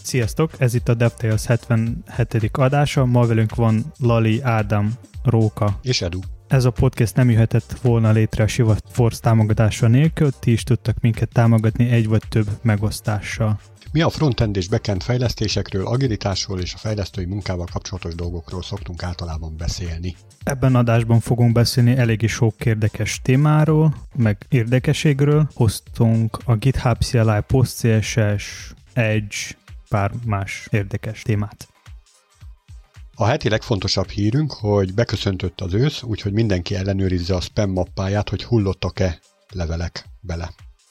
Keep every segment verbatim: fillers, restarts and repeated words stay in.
Sziasztok! Ez itt a DevTales hetvenhetedik adása. Ma velünk van Lali, Ádám, Róka és Edu. Ez a podcast nem jöhetett volna létre a ShiftForce támogatása nélkül, ti is tudtak minket támogatni egy vagy több megosztással. Mi a frontend és backend fejlesztésekről, agilitásról és a fejlesztői munkával kapcsolatos dolgokról szoktunk általában beszélni. Ebben adásban fogunk beszélni eléggé sok érdekes témáról, meg érdekességről. Hoztunk a GitHub C L I, PostCSS, Edge, pár más érdekes témát. A heti legfontosabb hírünk, hogy beköszöntött az ősz, úgyhogy mindenki ellenőrizze a spam mappáját, hogy hullottak-e levelek bele.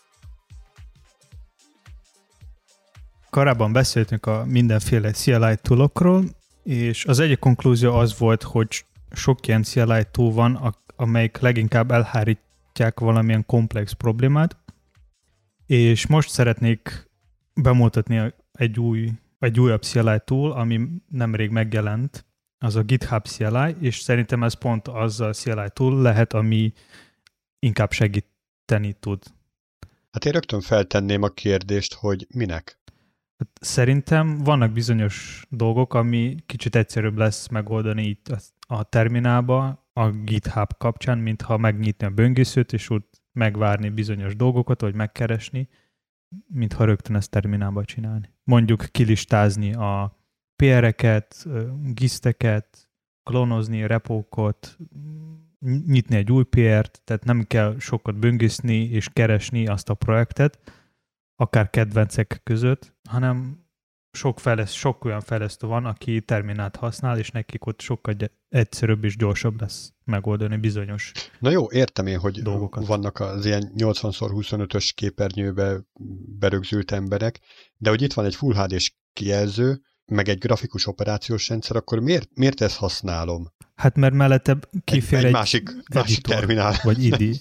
Korábban beszéltünk a mindenféle C L I toolokról, és az egyik konklúzió az volt, hogy sok ilyen C L I tool van, amelyik leginkább elhárítják valamilyen komplex problémát, és most szeretnék bemutatni egy új, egy újabb C L I tool, ami nemrég megjelent, az a GitHub C L I, és szerintem ez pont az a C L I tool lehet, ami inkább segíteni tud. Hát én rögtön feltenném a kérdést, hogy minek? Hát szerintem vannak bizonyos dolgok, ami kicsit egyszerűbb lesz megoldani itt a terminálba, a GitHub kapcsán, mintha megnyitni a böngészőt, és ott megvárni bizonyos dolgokat, vagy megkeresni, mintha rögtön ezt terminálba csinálni. Mondjuk kilistázni a pé er-eket, giszteket, klónozni repókat, nyitni egy új pé er-t, tehát nem kell sokat böngészni és keresni azt a projektet, akár kedvencek között, hanem sok, fejleszt, sok olyan fejlesztő van, aki terminált használ, és nekik ott sokkal egyszerűbb és gyorsabb lesz megoldani bizonyos Na jó, értem én, hogy dolgokat. Vannak az ilyen nyolcvan szor huszonötös képernyőbe berögzült emberek, de hogy itt van egy Full há dés kijelző, meg egy grafikus operációs rendszer, akkor miért, miért ezt használom? Hát mert mellette kifér egy, egy, egy másik, másik terminál. Vagy I D E.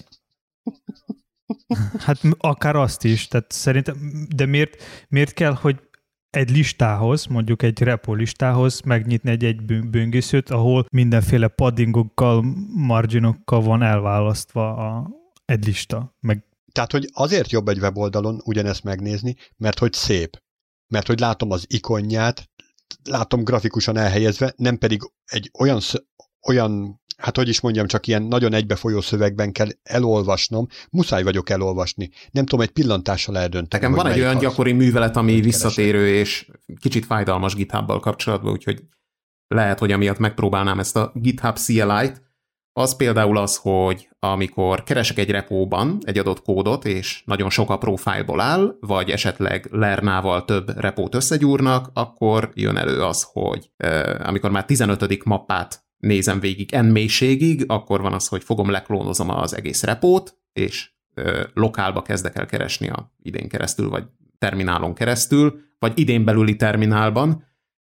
Hát akár azt is, tehát szerintem, de miért, miért kell, hogy egy listához, mondjuk egy repo listához megnyitni egy, egy böngészőt, ahol mindenféle paddingokkal, marginokkal van elválasztva a, egy lista. Meg... Tehát, hogy azért jobb egy weboldalon ugyanezt megnézni, mert hogy szép. Mert hogy látom az ikonját, látom grafikusan elhelyezve, nem pedig egy olyan, olyan hát hogy is mondjam, csak ilyen nagyon egybefolyó szövegben kell elolvasnom, muszáj vagyok elolvasni. Nem tudom, egy pillantással eldönteni. Nekem van egy olyan gyakori művelet, ami visszatérő és kicsit fájdalmas GitHubbal kapcsolatban, úgyhogy lehet, hogy amiatt megpróbálnám ezt a GitHub C L I-t. Az például az, hogy amikor keresek egy repóban egy adott kódot, és nagyon sok apró fájlból áll, vagy esetleg lernával több repót összegyúrnak, akkor jön elő az, hogy euh, amikor már tizenötödik mappát nézem végig n mélységig, akkor van az, hogy fogom, leklónozom az egész repót, és ö, lokálba kezdek el keresni a idén keresztül, vagy terminálon keresztül, vagy idén belüli terminálban,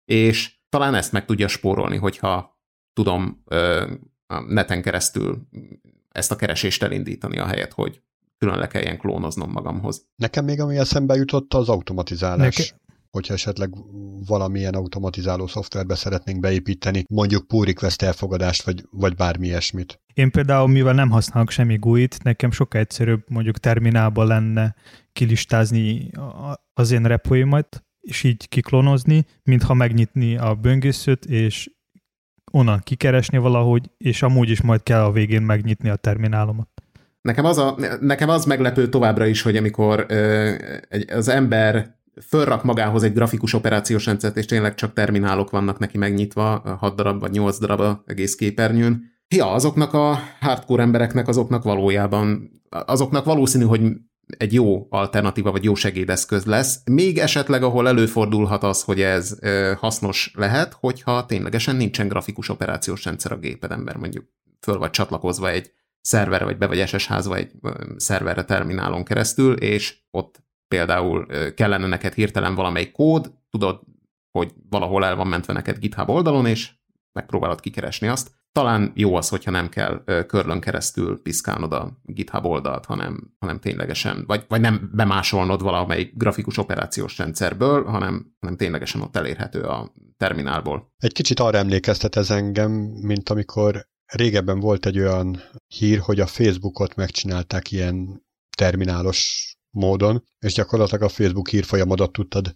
és talán ezt meg tudja spórolni, hogyha tudom ö, a neten keresztül ezt a keresést elindítani, ahelyett, hogy külön le kelljen klónoznom magamhoz. Nekem még ami eszembe jutott, az automatizálás. Neke... hogyha esetleg valamilyen automatizáló szoftverbe szeretnénk beépíteni, mondjuk pull request elfogadást, vagy, vagy bármi ilyesmit. Én például, mivel nem használok semmi gú i-t, nekem sokkal egyszerűbb mondjuk terminálban lenne kilistázni az én repóimat, és így kiklónozni, mintha megnyitni a böngészőt, és onnan kikeresni valahogy, és amúgy is majd kell a végén megnyitni a terminálomat. Nekem az, a, nekem az meglepő továbbra is, hogy amikor ö, egy, az ember fölrak magához egy grafikus operációs rendszert, és tényleg csak terminálok vannak neki megnyitva, hat darab vagy nyolc darab az egész képernyőn. Ja, azoknak a hardcore embereknek, azoknak valójában, azoknak valószínű, hogy egy jó alternatíva, vagy jó segédeszköz lesz. Még esetleg, ahol előfordulhat az, hogy ez ö, hasznos lehet, hogyha ténylegesen nincsen grafikus operációs rendszer a gépeden, mert mondjuk föl vagy csatlakozva egy szerverre, vagy be vagy es es házba egy ö, szerverre terminálon keresztül, és ott például kellene neked hirtelen valamelyik kód, tudod, hogy valahol el van mentve neked GitHub oldalon, és megpróbálod kikeresni azt. Talán jó az, hogyha nem kell körlön keresztül piszkálnod a GitHub oldalt, hanem, hanem ténylegesen, vagy, vagy nem bemásolnod valamelyik grafikus operációs rendszerből, hanem, hanem ténylegesen ott elérhető a terminálból. Egy kicsit arra emlékeztet ez engem, mint amikor régebben volt egy olyan hír, hogy a Facebookot megcsinálták ilyen terminálos módon, és gyakorlatilag a Facebook hírfolyamodat tudtad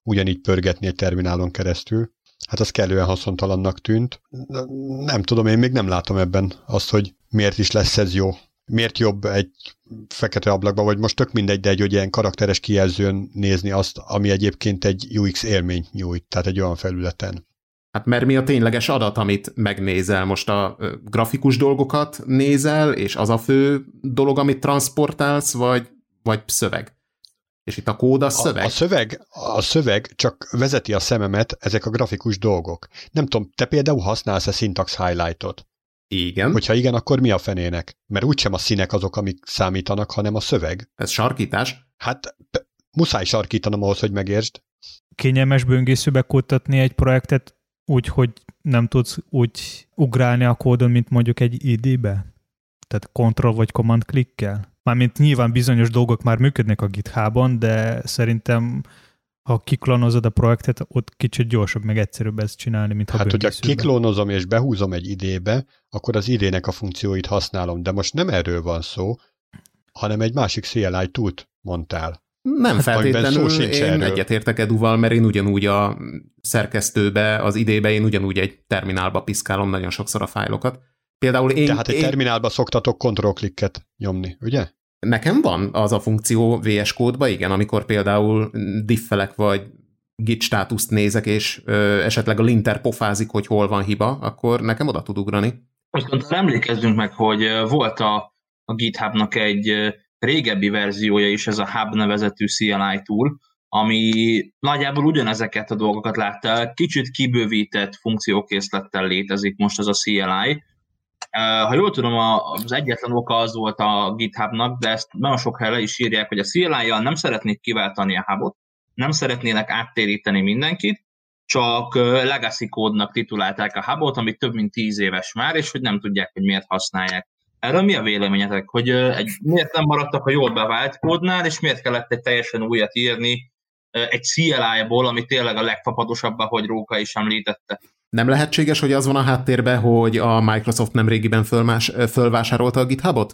ugyanígy pörgetni egy terminálon keresztül. Hát az kellően haszontalannak tűnt. Nem tudom, én még nem látom ebben azt, hogy miért is lesz ez jó. Miért jobb egy fekete ablakban, vagy most tök mindegy, de egy hogy ilyen karakteres kijelzőn nézni azt, ami egyébként egy u iksz élményt nyújt, tehát egy olyan felületen. Hát mert mi a tényleges adat, amit megnézel? Most a grafikus dolgokat nézel, és az a fő dolog, amit transportálsz, vagy, vagy szöveg? És itt a kód a szöveg? A, a szöveg? A szöveg csak vezeti a szememet ezek a grafikus dolgok. Nem tudom, te például használsz-e syntax highlightot? Igen. Hogyha igen, akkor mi a fenének? Mert úgysem a színek azok, amik számítanak, hanem a szöveg. Ez sarkítás? Hát p- muszáj sarkítanom ahhoz, hogy megértsd. Kényelmes böngészőbe kódtatni egy projektet úgy, hogy nem tudsz úgy ugrálni a kódon, mint mondjuk egy i dé-be? Tehát control vagy command klikkel? Mármint nyilván bizonyos dolgok már működnek a GitHubon, de szerintem ha kiklonozod a projektet, ott kicsit gyorsabb, meg egyszerűbb ezt csinálni, mint ha Hát, hogyha böngészőben. kiklónozom és behúzom egy idébe, akkor az idének a funkcióit használom, de most nem erről van szó, hanem egy másik cé el i túlt mondtál. Nem hát, feltétlenül, én erről. egyetértek Eduval, mert én ugyanúgy a szerkesztőbe, az idébe, én ugyanúgy egy terminálba piszkálom nagyon sokszor a fájlokat. Például én... Tehát egy én... terminálba szoktatok kontroll-klikket nyomni, ugye? Nekem van az a funkció vé es Code-ba, igen, amikor például diffelek vagy git státuszt nézek, és ö, esetleg a linter pofázik, hogy hol van hiba, akkor nekem oda tud ugrani. Viszont emlékezzünk meg, hogy volt a, a GitHubnak egy régebbi verziója is, ez a Hub nevezetű cé el i tool, ami nagyjából ugyanezeket a dolgokat látta el, kicsit kibővített funkciókészlettel létezik most ez a cé el i. Ha jól tudom, az egyetlen oka az volt a GitHubnak, de ezt nagyon sok helyen le is írják, hogy a cé el i-jal nem szeretnék kiváltani a Hubot, nem szeretnének áttéríteni mindenkit, csak legacy kódnak titulálták a Hubot, ami több mint tíz éves már, és hogy nem tudják, hogy miért használják. Erről mi a véleményetek, hogy egy, miért nem maradtak a jól bevált kódnál, és miért kellett egy teljesen újat írni egy cé el i-ból, ami tényleg a legfapadosabb, ahogy Róka is említette? Nem lehetséges, hogy az van a háttérben, hogy a Microsoft nemrégiben fölmás, fölvásárolta a GitHubot,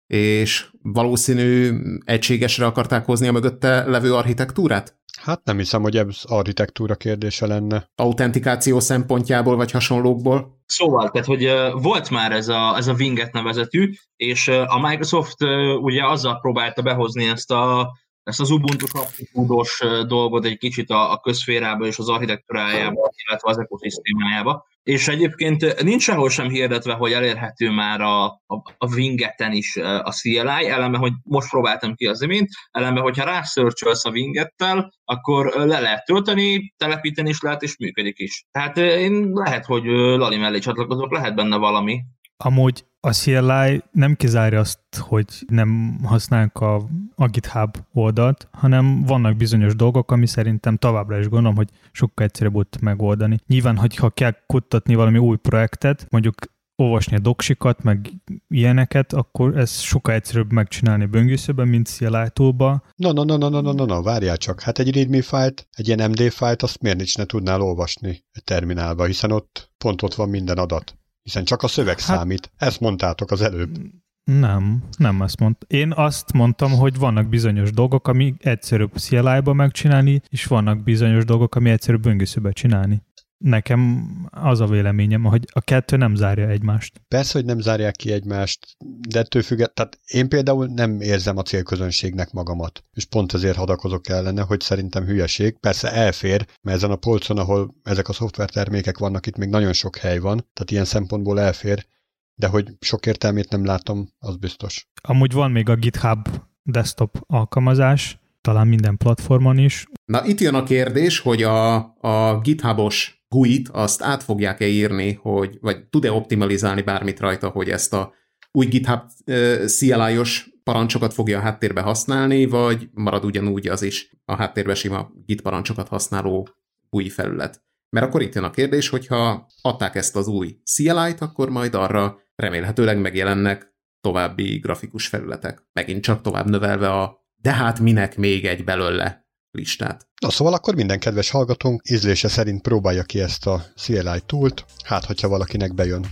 és valószínű egységesre akarták hozni a mögötte levő architektúrát? Hát nem hiszem, hogy ez architektúra kérdése lenne. Autentikáció szempontjából, vagy hasonlókból? Szóval, tehát, hogy uh, volt már ez a, ez a Winget nevezetű, és uh, a Microsoft uh, ugye azzal próbálta behozni ezt, a, ezt az Ubuntu-s aptitúdos uh, dolgot egy kicsit a, a közszférába és az architektúrájába, illetve az ökoszisztémájába. És egyébként nincs sehol sem hirdetve, hogy elérhető már a, a, a Wingeten is a cé el i, ellenben, hogy most próbáltam ki az imént, ellenben, hogyha rászörcsölsz a Wingettel, akkor le lehet tölteni, telepíteni is lehet, és működik is. Tehát én lehet, hogy Lali mellé csatlakozok, lehet benne valami. Amúgy a cé el i nem kizárja azt, hogy nem használunk a, a GitHub oldalt, hanem vannak bizonyos dolgok, ami szerintem továbbra is gondolom, hogy sokkal egyszerűbb ott megoldani. Nyilván, hogyha kell kutatni valami új projektet, mondjuk olvasni a doksikat, meg ilyeneket, akkor ez sokkal egyszerűbb megcsinálni böngészőben, mint cé el i toolba. No, no, no, no, no, no, no, no, várjál csak. Hát egy readme fájlt, egy ilyen em dé fájlt, azt miért nincs ne tudnál olvasni egy terminálba, hiszen ott pont ott van minden adat. Hiszen csak a szöveg hát, számít. Ezt mondtátok az előbb. Nem, nem ezt mondtam. Én azt mondtam, hogy vannak bizonyos dolgok, ami egyszerűbb cé el i-ba megcsinálni, és vannak bizonyos dolgok, ami egyszerűbb böngészőbe csinálni. Nekem az a véleményem, hogy a kettő nem zárja egymást. Persze, hogy nem zárják ki egymást, de ettől függet, tehát én például nem érzem a célközönségnek magamat, és pont ezért hadakozok ellene, hogy szerintem hülyeség. Persze elfér, mert ezen a polcon, ahol ezek a szoftvertermékek vannak, itt még nagyon sok hely van, tehát ilyen szempontból elfér, de hogy sok értelmét nem látom, az biztos. Amúgy van még a GitHub desktop alkalmazás, talán minden platformon is. Na, itt jön a kérdés, hogy a, a GitHub-os gé u i-t azt át fogják-e írni, hogy, vagy tud-e optimalizálni bármit rajta, hogy ezt a új GitHub uh, cé el i-os parancsokat fogja a háttérbe használni, vagy marad ugyanúgy az is a háttérbe sima Git parancsokat használó gé u i felület. Mert akkor itt jön a kérdés, hogyha adták ezt az új cé el i-t, akkor majd arra remélhetőleg megjelennek további grafikus felületek. Megint csak tovább növelve a de hát minek még egy belőle listát. Na szóval akkor minden kedves hallgatónk ízlése szerint próbálja ki ezt a cé el i túlt, hát hogyha valakinek bejön.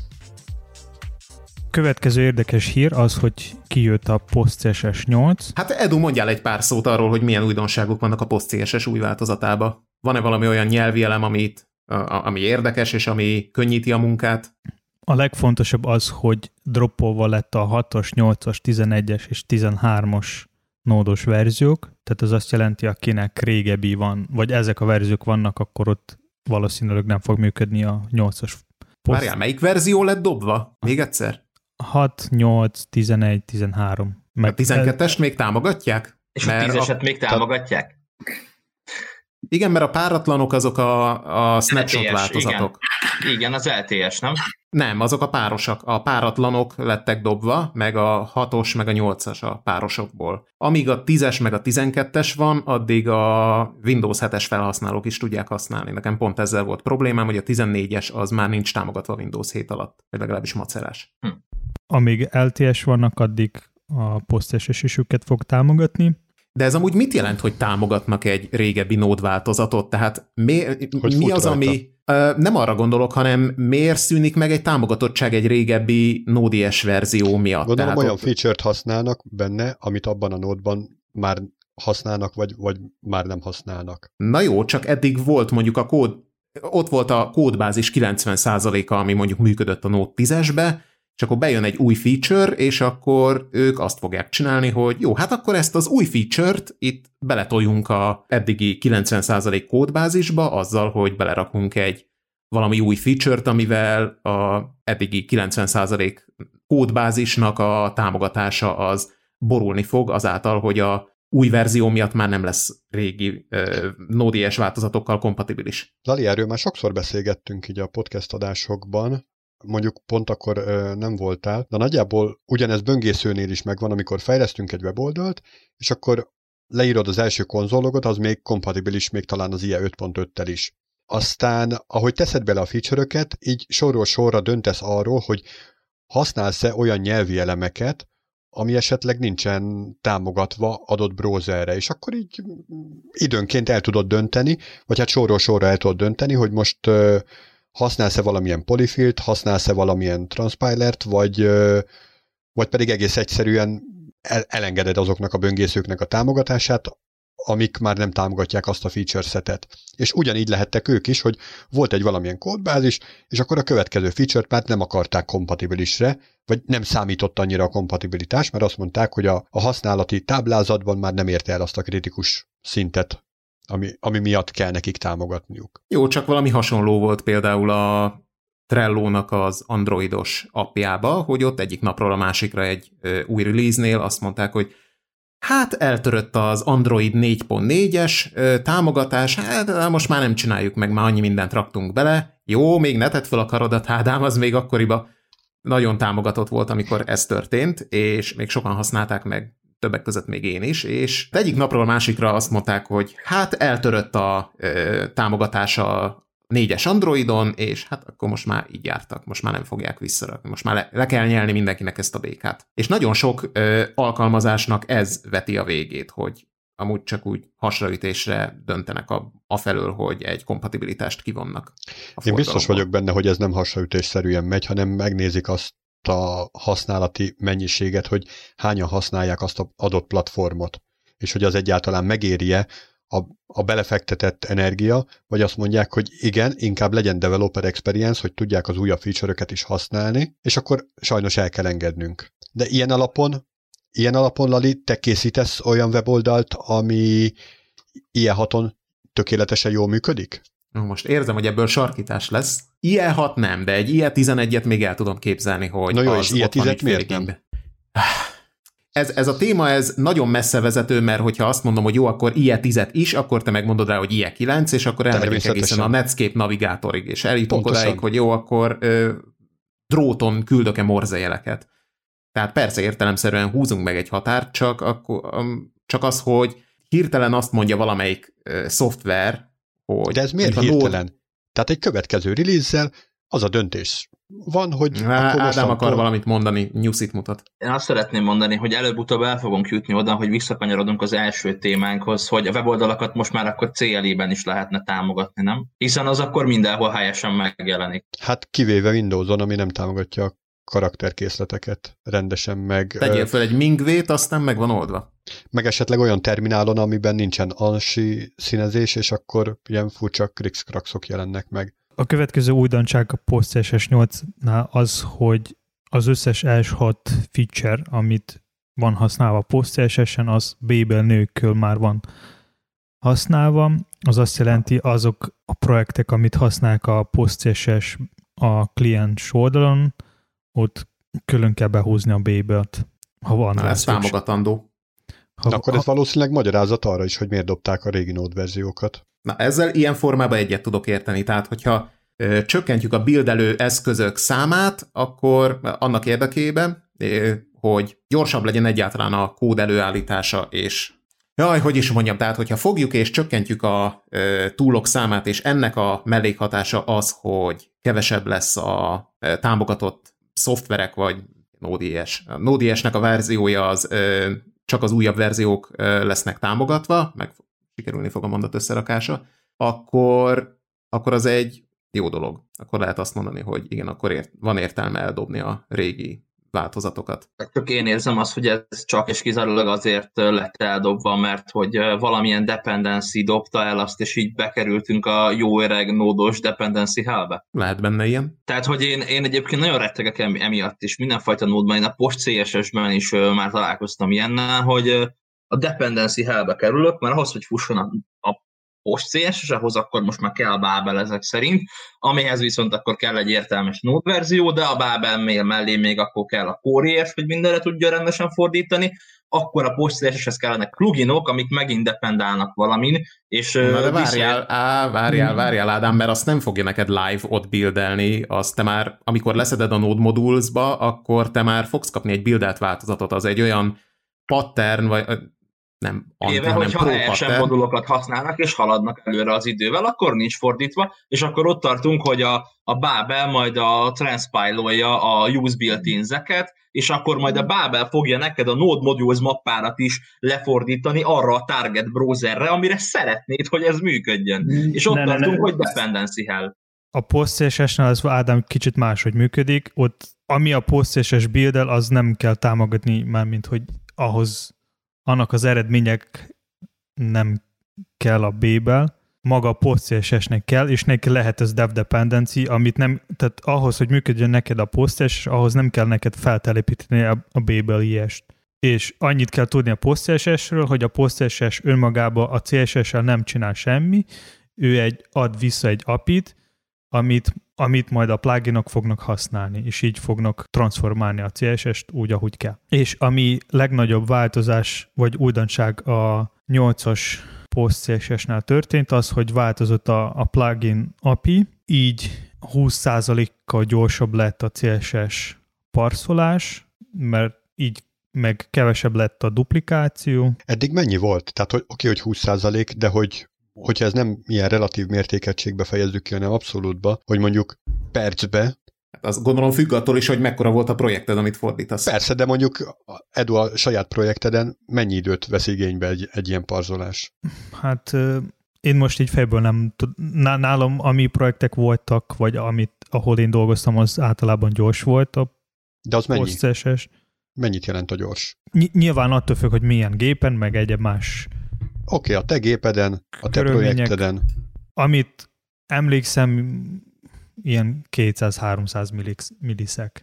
Következő érdekes hír az, hogy kijött a PostCSS nyolc. Hát Edu, mondjál egy pár szót arról, hogy milyen újdonságok vannak a PostCSS új változatába. Van-e valami olyan nyelvi elem, amit, ami érdekes, és ami könnyíti a munkát? A legfontosabb az, hogy droppolva lett a hatos, nyolcas, tizenegyes és tizenhármas nódos verziók, tehát az azt jelenti, akinek régebbi van, vagy ezek a verziók vannak, akkor ott valószínűleg nem fog működni a nyolcas poszt. Várjál, melyik verzió lett dobva? Még egyszer? hat, nyolc, tizenegy, tizenhárom. Meg a tizenkettest még támogatják? És a tízeset a... még támogatják? Igen, mert a páratlanok azok a, a snapshot el té es, változatok. Igen. igen, az el té es, nem? Nem, azok a párosak. A páratlanok lettek dobva, meg a hatos, meg a nyolcas a párosokból. Amíg a tízes, meg a tizenkettes van, addig a Windows hetes felhasználók is tudják használni. Nekem pont ezzel volt problémám, hogy a tizennégyes az már nincs támogatva Windows hét alatt, vagy legalábbis macerás. Hm. Amíg el té es vannak, addig a post-es esésüket fog támogatni. De ez amúgy mit jelent, hogy támogatnak egy régebbi Node változatot? Tehát mi, mi az, rajta? ami... Uh, nem arra gondolok, hanem miért szűnik meg egy támogatottság egy régebbi Node-es verzió miatt? Gondolom Tehát olyan ott... feature-t használnak benne, amit abban a Node-ban már használnak, vagy, vagy már nem használnak. Na jó, csak eddig volt mondjuk a kód... Ott volt a kódbázis kilencven százaléka, ami mondjuk működött a Node tízesbe, és akkor bejön egy új feature, és akkor ők azt fogják csinálni, hogy jó, hát akkor ezt az új feature-t itt beletoljunk a eddigi kilencven százalék kódbázisba, azzal, hogy belerakunk egy valami új feature-t, amivel a eddigi kilencven százalék kódbázisnak a támogatása az borulni fog, azáltal, hogy a új verzió miatt már nem lesz régi uh, Node-es változatokkal kompatibilis. Lali, erről már sokszor beszélgettünk így a podcast adásokban, mondjuk pont akkor ö, nem voltál, de nagyjából ugyanez böngészőnél is megvan, amikor fejlesztünk egy weboldalt, és akkor leírod az első konzologot, az még kompatibilis, még talán az i e öt pont öttel is. Aztán, ahogy teszed bele a feature-öket, így sorról sorra döntesz arról, hogy használsz-e olyan nyelvi elemeket, ami esetleg nincsen támogatva adott browserre, és akkor így időnként el tudod dönteni, vagy hát sorról sorra el tudod dönteni, hogy most ö, használsz-e valamilyen polyfill-t, használsz-e valamilyen transpilert, vagy, vagy pedig egész egyszerűen elengeded azoknak a böngészőknek a támogatását, amik már nem támogatják azt a feature setet. És ugyanígy lehettek ők is, hogy volt egy valamilyen kódbázis, és akkor a következő feature-t már nem akarták kompatibilisre, vagy nem számított annyira a kompatibilitás, mert azt mondták, hogy a, a használati táblázatban már nem érte el azt a kritikus szintet, Ami, ami miatt kell nekik támogatniuk. Jó, csak valami hasonló volt például a Trello-nak az androidos appjába, hogy ott egyik napról a másikra egy ö, új release-nél azt mondták, hogy hát eltörött az Android négy pont négyes ö, támogatás, hát most már nem csináljuk meg, már annyi mindent raktunk bele. Jó, még ne tedd fel a karodat, Ádám, az még akkoriban nagyon támogatott volt, amikor ez történt, és még sokan használták meg, többek között még én is, és egyik napról másikra azt mondták, hogy hát eltörött a ö, támogatása négyes Androidon, és hát akkor most már így jártak, most már nem fogják visszarakni, most már le, le kell nyelni mindenkinek ezt a békát. És nagyon sok ö, alkalmazásnak ez veti a végét, hogy amúgy csak úgy hasraütésre döntenek a, afelől, hogy egy kompatibilitást kivonnak. Én biztos vagyok benne, hogy ez nem hasraütésszerűen megy, hanem megnézik azt a használati mennyiséget, hogy hányan használják azt az adott platformot, és hogy az egyáltalán megéri-e a, a belefektetett energia, vagy azt mondják, hogy igen, inkább legyen developer experience, hogy tudják az újabb feature-öket is használni, és akkor sajnos el kell engednünk. De ilyen alapon, ilyen alapon, Lali, te készítesz olyan weboldalt, ami i e haton tökéletesen jól működik? Most érzem, hogy ebből sarkítás lesz. i e hat nem, de egy i e tizenegyet még el tudom képzelni, hogy na jó, az és i e tízet miért nem? Ez, ez a téma, ez nagyon messze vezető, mert hogyha azt mondom, hogy jó, akkor i e tízet is, akkor te megmondod rá, hogy i e kilenc, és akkor elmegyünk egészen a Netscape navigátorig, és eljutunk odáig, hogy jó, akkor ö, dróton küldök-e morze jeleket. Tehát persze értelemszerűen húzunk meg egy határt, csak, akkor, um, csak az, hogy hirtelen azt mondja valamelyik ö, szoftver, hogy... De ez miért hirtelen? Node... Tehát egy következő release-zel az a döntés van, hogy... Há, akkor Ádám akar valamit mondani, nyuszit mutat. Én azt szeretném mondani, hogy előbb-utóbb el fogunk jutni oda, hogy visszakanyarodunk az első témánkhoz, hogy a weboldalakat most már akkor cé el i-ben is lehetne támogatni, nem? Hiszen az akkor mindenhol helyesen megjelenik. Hát kivéve Windowson, ami nem támogatja a karakterkészleteket rendesen meg. Tegyél fel egy Mingvét, aztán meg van oldva. meg esetleg olyan terminálon, amiben nincsen ANSI színezés, és akkor ilyen furcsa krikszkrakszok jelennek meg. A következő újdonság a post-cé es es nyolcnál az, hogy az összes E S hat feature, amit van használva a post-cé es esen, az Babel nélkül már van használva. Az azt jelenti, azok a projektek, amit használják a post-cé es es a kliens oldalon, ott külön kell behúzni a Babelt, ha van. Na, ez támogatandó. Ha, akkor ez ha... valószínűleg magyarázat arra is, hogy miért dobták a régi Node verziókat. Na, ezzel ilyen formában egyet tudok érteni. Tehát, hogyha ö, csökkentjük a buildelő eszközök számát, akkor annak érdekében, ö, hogy gyorsabb legyen egyáltalán a kód előállítása, és jaj, hogy is mondjam, tehát, hogyha fogjuk és csökkentjük a ö, túlok számát, és ennek a mellékhatása az, hogy kevesebb lesz a ö, támogatott szoftverek, vagy Node.js. A Node.js-nek a verziója az ö, csak az újabb verziók ö, lesznek támogatva, meg sikerülni fog a mondat összerakása, akkor, akkor az egy jó dolog. Akkor lehet azt mondani, hogy igen, akkor ért, van értelme eldobni a régi változatokat. Csak én érzem azt, hogy ez csak és kizárólag azért lett eldobva, mert hogy valamilyen dependency dobta el azt, és így bekerültünk a jó öreg nódos dependency hellbe. Lehet benne ilyen. Tehát, hogy én, én egyébként nagyon rettegek emiatt is, mindenfajta nódban, én a post-cé es es-ben is már találkoztam ilyennel, hogy a dependency hellbe kerülök, mert ahhoz, hogy fusson a, a post-cé es es, ahhoz akkor most már kell Babel ezek szerint, amihez viszont akkor kell egy értelmes Node verzió, de a Babel mail mellé még akkor kell a Core.js, hogy mindenre tudja rendesen fordítani, akkor a post-cé es eshez kellenek pluginok, amik megint dependálnak valamin, és... Na de várjál, á, várjál, várjál Ádám, mert azt nem fogja neked live ott buildelni, azt te már, amikor leszeded a Node Modules-ba, akkor te már fogsz kapni egy buildelt változatot, az egy olyan pattern, vagy nem anti, éve, hogyha E S M modulokat használnak és haladnak előre az idővel, akkor nincs fordítva, és akkor ott tartunk, hogy a, a Babel majd a transpile-olja a use built-inzeket, és akkor majd a Babel fogja neked a Node Modules mappárat is lefordítani arra a target browserre, amire szeretnéd, hogy ez működjön. Mm, és ott ne, tartunk, ne, ne. hogy dependency hell. A post-cé es es-nál az Ádám kicsit máshogy működik, ott ami a post-cé es es build-el, az nem kell támogatni, mármint hogy ahhoz annak az eredmények nem kell a Babel, maga a post-cé es es-nek kell, és neki lehet ez dev dependency, amit nem, tehát ahhoz, hogy működjön neked a post-cé es es, ahhoz nem kell neked feltelepíteni a, a Babel-i est. És annyit kell tudni a post-cé es es-ről, hogy a post-cé es es önmagában a cé es es-sel nem csinál semmi, ő egy, ad vissza egy á pé i-t, amit, amit majd a pluginok fognak használni, és így fognak transformálni a cé es es-t úgy, ahogy kell. És ami legnagyobb változás, vagy újdonság a nyolcas post-cé es es-nál történt, az, hogy változott a, a plugin á pé i, így húsz százalékkal gyorsabb lett a cé es es parszolás, mert így meg kevesebb lett a duplikáció. Eddig mennyi volt? Tehát, hogy oké, hogy húsz százalék, de hogy hogyha ez nem ilyen relatív mértékegységbe fejezzük ki, hanem abszolútba, hogy mondjuk percbe. Hát azt gondolom függ attól is, hogy mekkora volt a projekted, amit fordítasz. Persze, de mondjuk Edu a saját projekteden mennyi időt vesz igénybe egy, egy ilyen parzolás? Hát én most így fejből nem tudom. Nálam ami projektek voltak, vagy amit, ahol én dolgoztam, az általában gyors volt a de az mennyi? post-cé es es. Mennyit jelent a gyors? Ny- nyilván attól függ, hogy milyen gépen, meg egyéb más. Oké, okay, a te gépeden, a te projekteden. Amit emlékszem, ilyen kétszáz-háromszáz milliszek.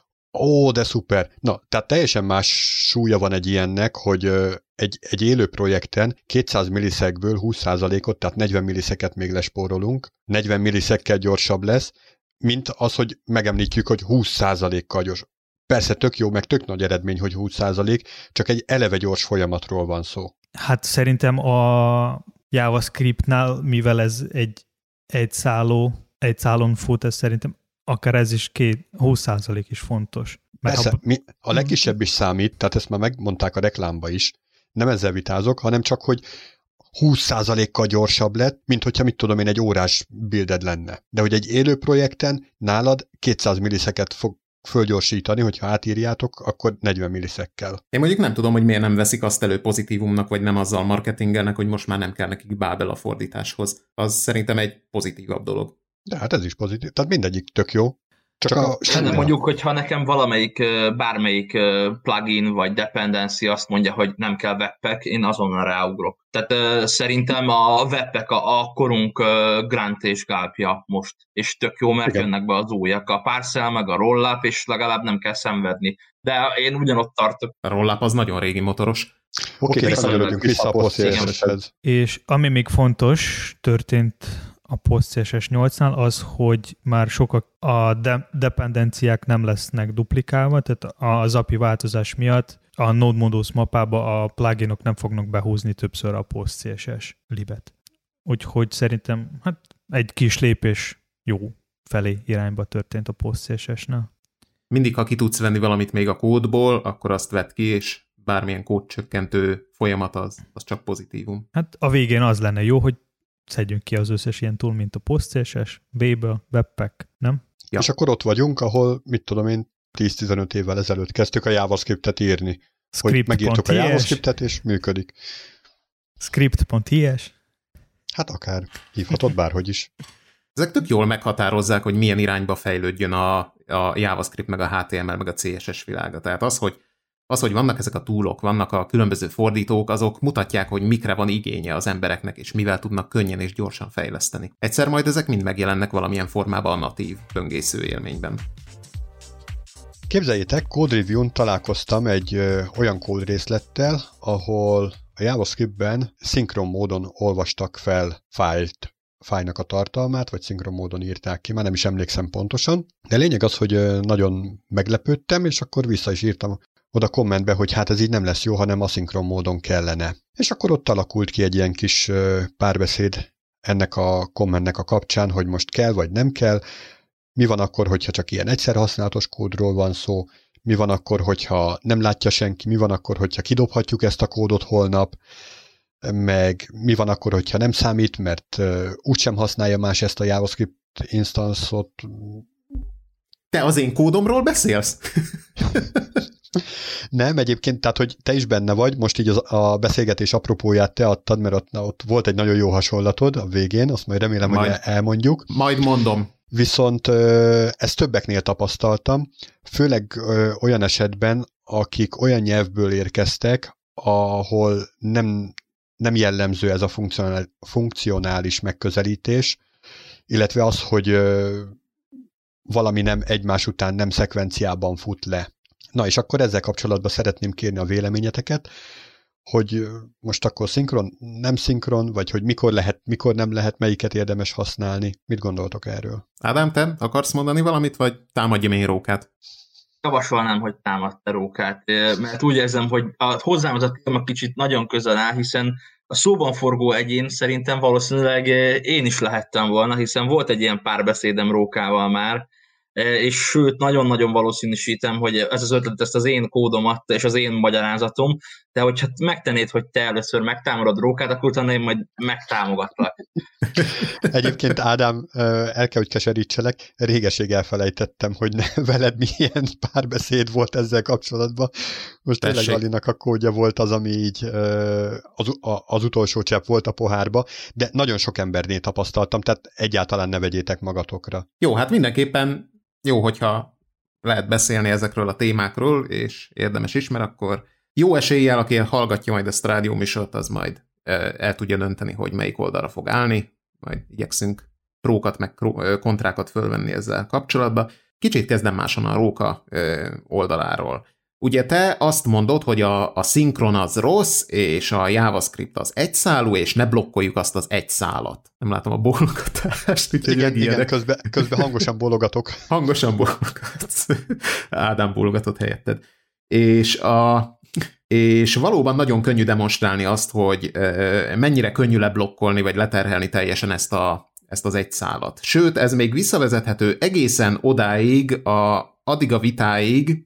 Ó, de szuper. Na, tehát teljesen más súlya van egy ilyennek, hogy ö, egy, egy élő projekten kétszáz millisekből húsz százalékot, tehát negyven milliszeket még lespórolunk, negyven millisekkel gyorsabb lesz, mint az, hogy megemlítjük, hogy húsz százalékkal gyors. Persze tök jó, meg tök nagy eredmény, hogy húsz százalék, csak egy eleve gyors folyamatról van szó. Hát szerintem a JavaScriptnál, mivel ez egy, egy száló, egy szálon fut, ez szerintem akár ez is két, húsz százalék is fontos. Mert persze, ha... mi, a legkisebb is számít, tehát ezt már megmondták a reklámba is, nem ezzel vitázok, hanem csak, hogy húsz százalékkal gyorsabb lett, mint hogyha mit tudom én, egy órás builded lenne. De hogy egy élő projekten nálad kétszáz milliszeket fog fölgyorsítani, hogyha átírjátok, akkor negyven millisekkel. Én mondjuk nem tudom, hogy miért nem veszik azt elő pozitívumnak, vagy nem azzal marketingelnek, hogy most már nem kell nekik Babel a fordításhoz. Az szerintem egy pozitívabb dolog. De hát ez is pozitív. Tehát mindegyik tök jó. Csak a... Hát mondjuk, hogyha nekem valamelyik, bármelyik plugin vagy dependency azt mondja, hogy nem kell webpack, én azonnal ráugrok. Tehát uh, szerintem a webpack a, a korunk uh, Grant és Gulpja most, és tök jó, mert igen, jönnek be az újak, a Parcel meg a Rollup, és legalább nem kell szenvedni. De én ugyanott tartok. A Rollup az nagyon régi motoros. Oké, okay, visszanyolodjunk vissza a post cé es eshez. És ami még fontos, történt a post cé es es nyolcnál az, hogy már sokak a de- dependenciák nem lesznek duplikálva, tehát az á pé i változás miatt a Node Modules mappába a pluginok nem fognak behúzni többször a post cé es es libet. Úgyhogy szerintem hát egy kis lépés jó felé irányba történt a post cé es esnál. Mindig, ha ki tudsz venni valamit még a kódból, akkor azt vedd ki, és bármilyen kódcsökkentő folyamat az, az csak pozitívum. Hát a végén az lenne jó, hogy szedjünk ki az összes ilyen tool, mint a post cé es es, Babel, Webpack, nem? Ja. És akkor ott vagyunk, ahol, mit tudom én, tíz-tizenöt évvel ezelőtt kezdtük a JavaScriptet írni. Script. Hogy megírtuk a JavaScriptet, és működik. Script.is? Hát akár. Hívhatod bárhogy is. Ezek tök jól meghatározzák, hogy milyen irányba fejlődjön a, a JavaScript, meg a há té em el, meg a cé es es világa. Tehát az, hogy Az, hogy vannak ezek a toolok, vannak a különböző fordítók, azok mutatják, hogy mikre van igénye az embereknek, és mivel tudnak könnyen és gyorsan fejleszteni. Egyszer majd ezek mind megjelennek valamilyen formában a natív böngésző élményben. Képzeljétek, Code Review-n találkoztam egy ö, olyan kódrészlettel, ahol a JavaScriptben szinkron módon olvastak fel fájlt, fájlnak a tartalmát, vagy szinkron módon írták ki, már nem is emlékszem pontosan. De lényeg az, hogy ö, nagyon meglepődtem, és akkor vissza is írtam oda kommentbe, hogy hát ez így nem lesz jó, hanem aszinkron módon kellene. És akkor ott alakult ki egy ilyen kis ö, párbeszéd ennek a kommentnek a kapcsán, hogy most kell, vagy nem kell. Mi van akkor, hogyha csak ilyen egyszer használatos kódról van szó? Mi van akkor, hogyha nem látja senki? Mi van akkor, hogyha kidobhatjuk ezt a kódot holnap? Meg mi van akkor, hogyha nem számít, mert uh, úgysem használja más ezt a JavaScript instance-ot? Te az én kódomról beszélsz? Nem, egyébként, tehát, hogy te is benne vagy, most így az, a beszélgetés apropóját te adtad, mert ott, na, ott volt egy nagyon jó hasonlatod a végén, azt majd remélem, majd, hogy elmondjuk. Majd mondom. Viszont ezt többeknél tapasztaltam, főleg olyan esetben, akik olyan nyelvből érkeztek, ahol nem, nem jellemző ez a funkcionális megközelítés, illetve az, hogy valami nem egymás után nem szekvenciában fut le. Na és akkor ezzel kapcsolatban szeretném kérni a véleményeteket, hogy most akkor szinkron, nem szinkron, vagy hogy mikor lehet, mikor nem lehet, melyiket érdemes használni. Mit gondoltok erről? Ádám, te akarsz mondani valamit, vagy támadjam én Rókát? Javasolnám, hogy támad te Rókát, mert úgy érzem, hogy a, hozzám az a téma kicsit nagyon közel áll, hiszen a szóban forgó egyén szerintem valószínűleg én is lehettem volna, hiszen volt egy ilyen párbeszédem Rókával már, és sőt, nagyon-nagyon valószínűsítem, hogy ez az ötlet, ezt az én kódomat és az én magyarázatom, de hogyha megtennéd, hogy te először megtámadod Rókát, akkor utána én majd megtámogatlak. Egyébként Ádám, el kell, hogy keserítselek, régeség elfelejtettem, hogy ne, veled milyen párbeszéd volt ezzel kapcsolatban. Most tényleg Alinak a kódja volt az, ami így az, az utolsó csepp volt a pohárba, de nagyon sok embernél tapasztaltam, tehát egyáltalán ne vegyétek magatokra. Jó, hát mindenképpen jó, hogyha lehet beszélni ezekről a témákról, és érdemes is, mert akkor jó eséllyel, aki hallgatja majd ezt a rádióműsort, az majd el tudja dönteni, hogy melyik oldalra fog állni, majd igyekszünk prókat meg kontrákat fölvenni ezzel kapcsolatban. Kicsit kezdem máson a Róka oldaláról. Ugye te azt mondod, hogy a, a szinkron az rossz, és a JavaScript az egyszálú, és ne blokkoljuk azt az egy szálat. Nem látom a bólogatást. Igen, igen közben, közben hangosan bólogatok. Hangosan bólogatsz. Ádám bólogatott helyetted. És, a, és valóban nagyon könnyű demonstrálni azt, hogy mennyire könnyű leblokkolni, vagy leterhelni teljesen ezt, a, ezt az egy szálat. Sőt, ez még visszavezethető egészen odáig, a, addig a vitáig,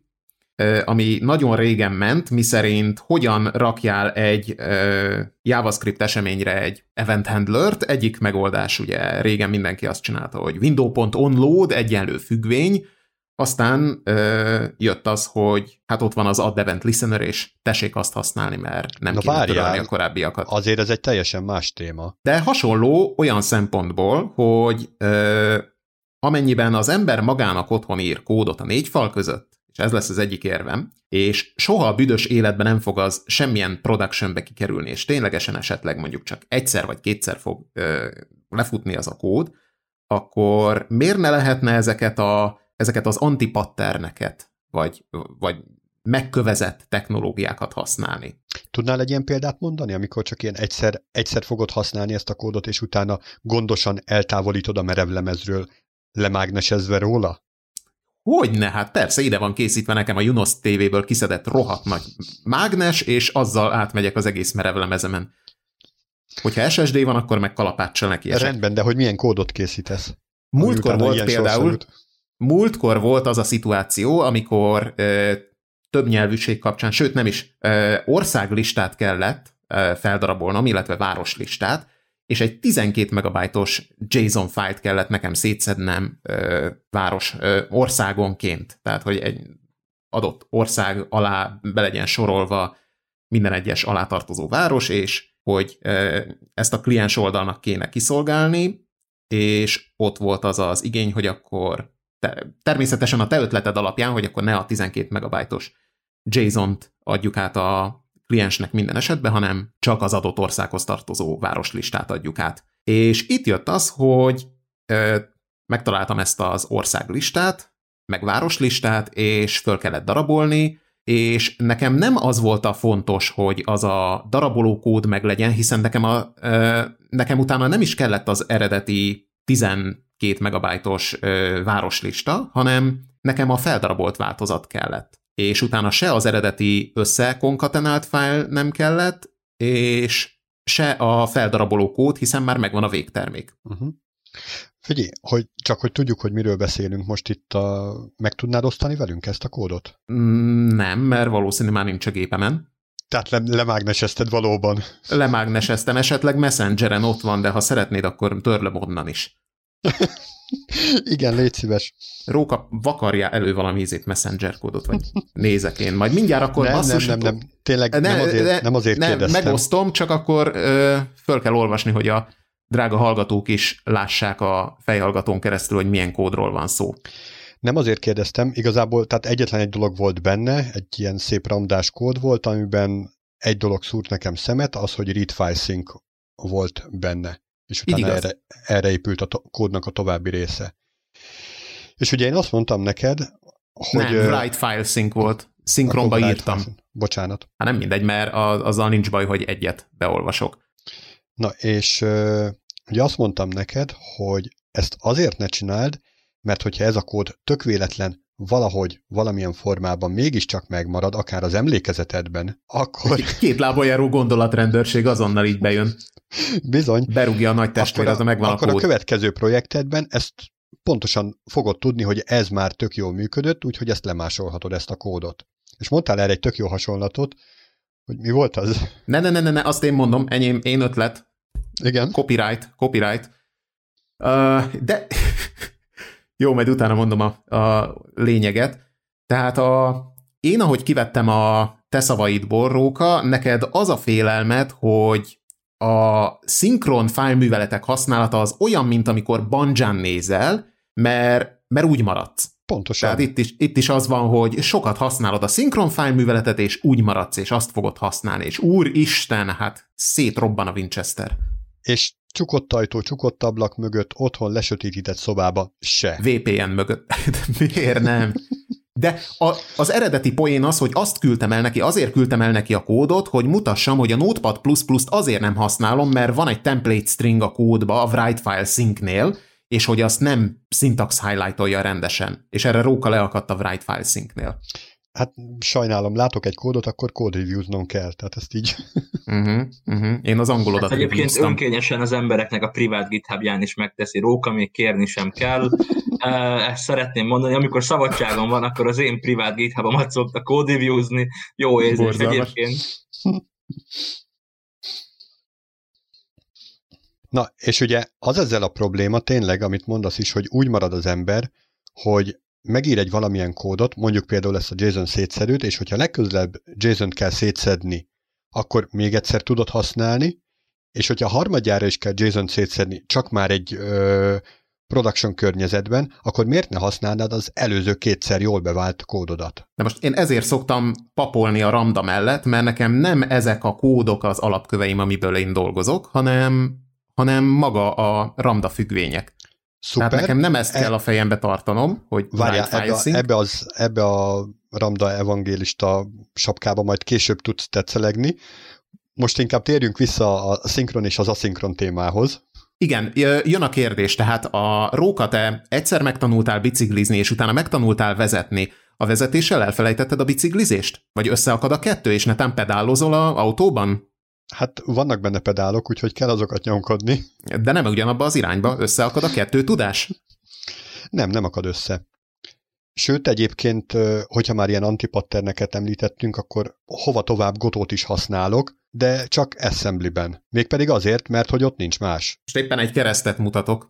ami nagyon régen ment, miszerint hogyan rakjál egy uh, JavaScript eseményre egy event handlert. Egyik megoldás, ugye régen mindenki azt csinálta, hogy window.onload egyenlő függvény, aztán uh, jött az, hogy hát ott van az add event listener, és tessék azt használni, mert nem kéne törölni a korábbiakat. Azért ez egy teljesen más téma. De hasonló olyan szempontból, hogy uh, amennyiben az ember magának otthon ír kódot a négy fal között, és ez lesz az egyik érvem, és soha a büdös életben nem fog az semmilyen productionbe kikerülni, és ténylegesen esetleg mondjuk csak egyszer vagy kétszer fog ö, lefutni az a kód, akkor miért ne lehetne ezeket, a, ezeket az antipatterneket, vagy, vagy megkövezett technológiákat használni? Tudnál egy ilyen példát mondani, amikor csak ilyen egyszer, egyszer fogod használni ezt a kódot, és utána gondosan eltávolítod a merevlemezről, lemágnesezve róla? Hogyne, hát persze, ide van készítve nekem a Junos té véből kiszedett rohadt nagy mágnes, és azzal átmegyek az egész merevlemezemen. Hogyha es es dé van, akkor meg kalapáccsal neki esek. Rendben, de hogy milyen kódot készítesz? Múltkor volt például, múltkor volt az a szituáció, amikor ö, többnyelvűség kapcsán, sőt nem is, ö, országlistát kellett ö, feldarabolnom, illetve városlistát, és egy tizenkét megabajtos JSON fájlt kellett nekem szétszednem ö, város ö, országonként. Tehát, hogy egy adott ország alá be legyen sorolva minden egyes alátartozó város, és hogy ö, ezt a kliens oldalnak kéne kiszolgálni, és ott volt az az igény, hogy akkor te, természetesen a te ötleted alapján, hogy akkor ne a tizenkét megabajtos JSON-t adjuk át a kliensnek minden esetben, hanem csak az adott országhoz tartozó városlistát adjuk át. És itt jött az, hogy ö, megtaláltam ezt az országlistát, meg városlistát, és föl kellett darabolni, és nekem nem az volt a fontos, hogy az a daraboló kód meg legyen, hiszen nekem, a, ö, nekem utána nem is kellett az eredeti tizenkét megabajtos ö, városlista, hanem nekem a feldarabolt változat kellett. És utána se az eredeti összekonkatenált fájl nem kellett, és se a feldaraboló kód, hiszen már megvan a végtermék. Uh-huh. Figyelj, hogy csak hogy tudjuk, hogy miről beszélünk most itt, a... meg tudnád osztani velünk ezt a kódot? Mm, nem, mert valószínű már nincs a gépemen. Tehát le- lemágnesezted valóban. Lemágneseztem, esetleg Messengeren ott van, de ha szeretnéd, akkor törlöm onnan is. Igen, légy szíves. Róka, vakarjál elő valami ízét Messenger kódot, vagy nézek én. Majd mindjárt akkor nem, basszus. Nem, nem, nem, tényleg ne, nem azért, ne, nem azért nem, kérdeztem. Megosztom, csak akkor ö, föl kell olvasni, hogy a drága hallgatók is lássák a fejhallgatón keresztül, hogy milyen kódról van szó. Nem azért kérdeztem, igazából, tehát egyetlen egy dolog volt benne, egy ilyen szép ramdás kód volt, amiben egy dolog szúrt nekem szemet, az, hogy read file sync volt benne. És utána erre, erre épült a to- kódnak a további része. És ugye én azt mondtam neked, hogy... Nem, write file sync volt. Szinkronba írtam. Bocsánat. Hát nem mindegy, mert azzal nincs baj, hogy egyet beolvasok. Na, és ugye azt mondtam neked, hogy ezt azért ne csináld, mert hogyha ez a kód tök véletlen valahogy, valamilyen formában mégiscsak megmarad, akár az emlékezetedben, akkor... Két lábon járó gondolatrendőrség azonnal így bejön. Bizony. Berúgja a nagy testvér, az a megvan akkor a kód. a következő projektedben ezt pontosan fogod tudni, hogy ez már tök jól működött, úgyhogy ezt lemásolhatod, ezt a kódot. És mondtál erre egy tök jó hasonlatot, hogy mi volt az? Ne, ne, ne, ne, ne azt én mondom, enyém, én ötlet. Igen. Copyright, copyright. Uh, de... Jó, majd utána mondom a, a lényeget. Tehát a, én, ahogy kivettem a te szavaidból, Róka, neked az a félelmed, hogy a szinkron fájlműveletek használata az olyan, mint amikor Banján nézel, mert, mert úgy maradsz. Pontosan. Tehát itt is, itt is az van, hogy sokat használod a szinkron fájlműveletet, és úgy maradsz, és azt fogod használni. És úristen, hát szétrobban a Winchester. És csukott ajtó, csukott ablak mögött, otthon lesötétített szobába se. vé pé en mögött. Miért nem? De a, az eredeti poén az, hogy azt küldtem el neki, azért küldtem el neki a kódot, hogy mutassam, hogy a Notepad plus plus-t azért nem használom, mert van egy template string a kódba, a write file syncnél, és hogy azt nem syntax highlightolja rendesen. És erre Róka leakadt a write file syncnél. Hát sajnálom, látok egy kódot, akkor code review-znom kell, tehát ezt így... Uh-huh, uh-huh. Én az angolodat hát egyébként önkényesen az embereknek a privát GitHubján is megteszi. Róka, még kérni sem kell. Ezt szeretném mondani, amikor szabadságon van, akkor az én privát GitHubomat szokta code review-zni. Jó érzés egyébként. Na, és ugye az ezzel a probléma tényleg, amit mondasz is, hogy úgy marad az ember, hogy megír egy valamilyen kódot, mondjuk például ezt a JSON szétszedőt, és hogyha legközelebb JSON-t kell szétszedni, akkor még egyszer tudod használni, és hogyha harmadjára is kell JSON-t szétszedni, csak már egy ö, production környezetben, akkor miért ne használnád az előző kétszer jól bevált kódodat? De most én ezért szoktam papolni a Ramda mellett, mert nekem nem ezek a kódok az alapköveim, amiből én dolgozok, hanem, hanem maga a Ramda függvények. Szuper. Tehát nekem nem ezt kell a fejembe tartanom, hogy várjál, ebbe, a, ebbe, az, ebbe a Ramda evangélista sapkába majd később tudsz tetszelegni. Most inkább térjünk vissza a szinkron és az aszinkron témához. Igen, jön a kérdés, tehát a Róka, te egyszer megtanultál biciklizni, és utána megtanultál vezetni. A vezetéssel elfelejtetted a biciklizést? Vagy összeakad a kettő, és netán pedálozol az autóban? Hát vannak benne pedálok, úgyhogy kell azokat nyomkodni. De nem ugyanabba az irányba, összeakad a kettő tudás? Nem, nem akad össze. Sőt, egyébként, hogyha már ilyen antipatterneket említettünk, akkor hova tovább Gotót is használok, de csak assemblyben. Mégpedig azért, mert hogy ott nincs más. Most éppen egy keresztet mutatok.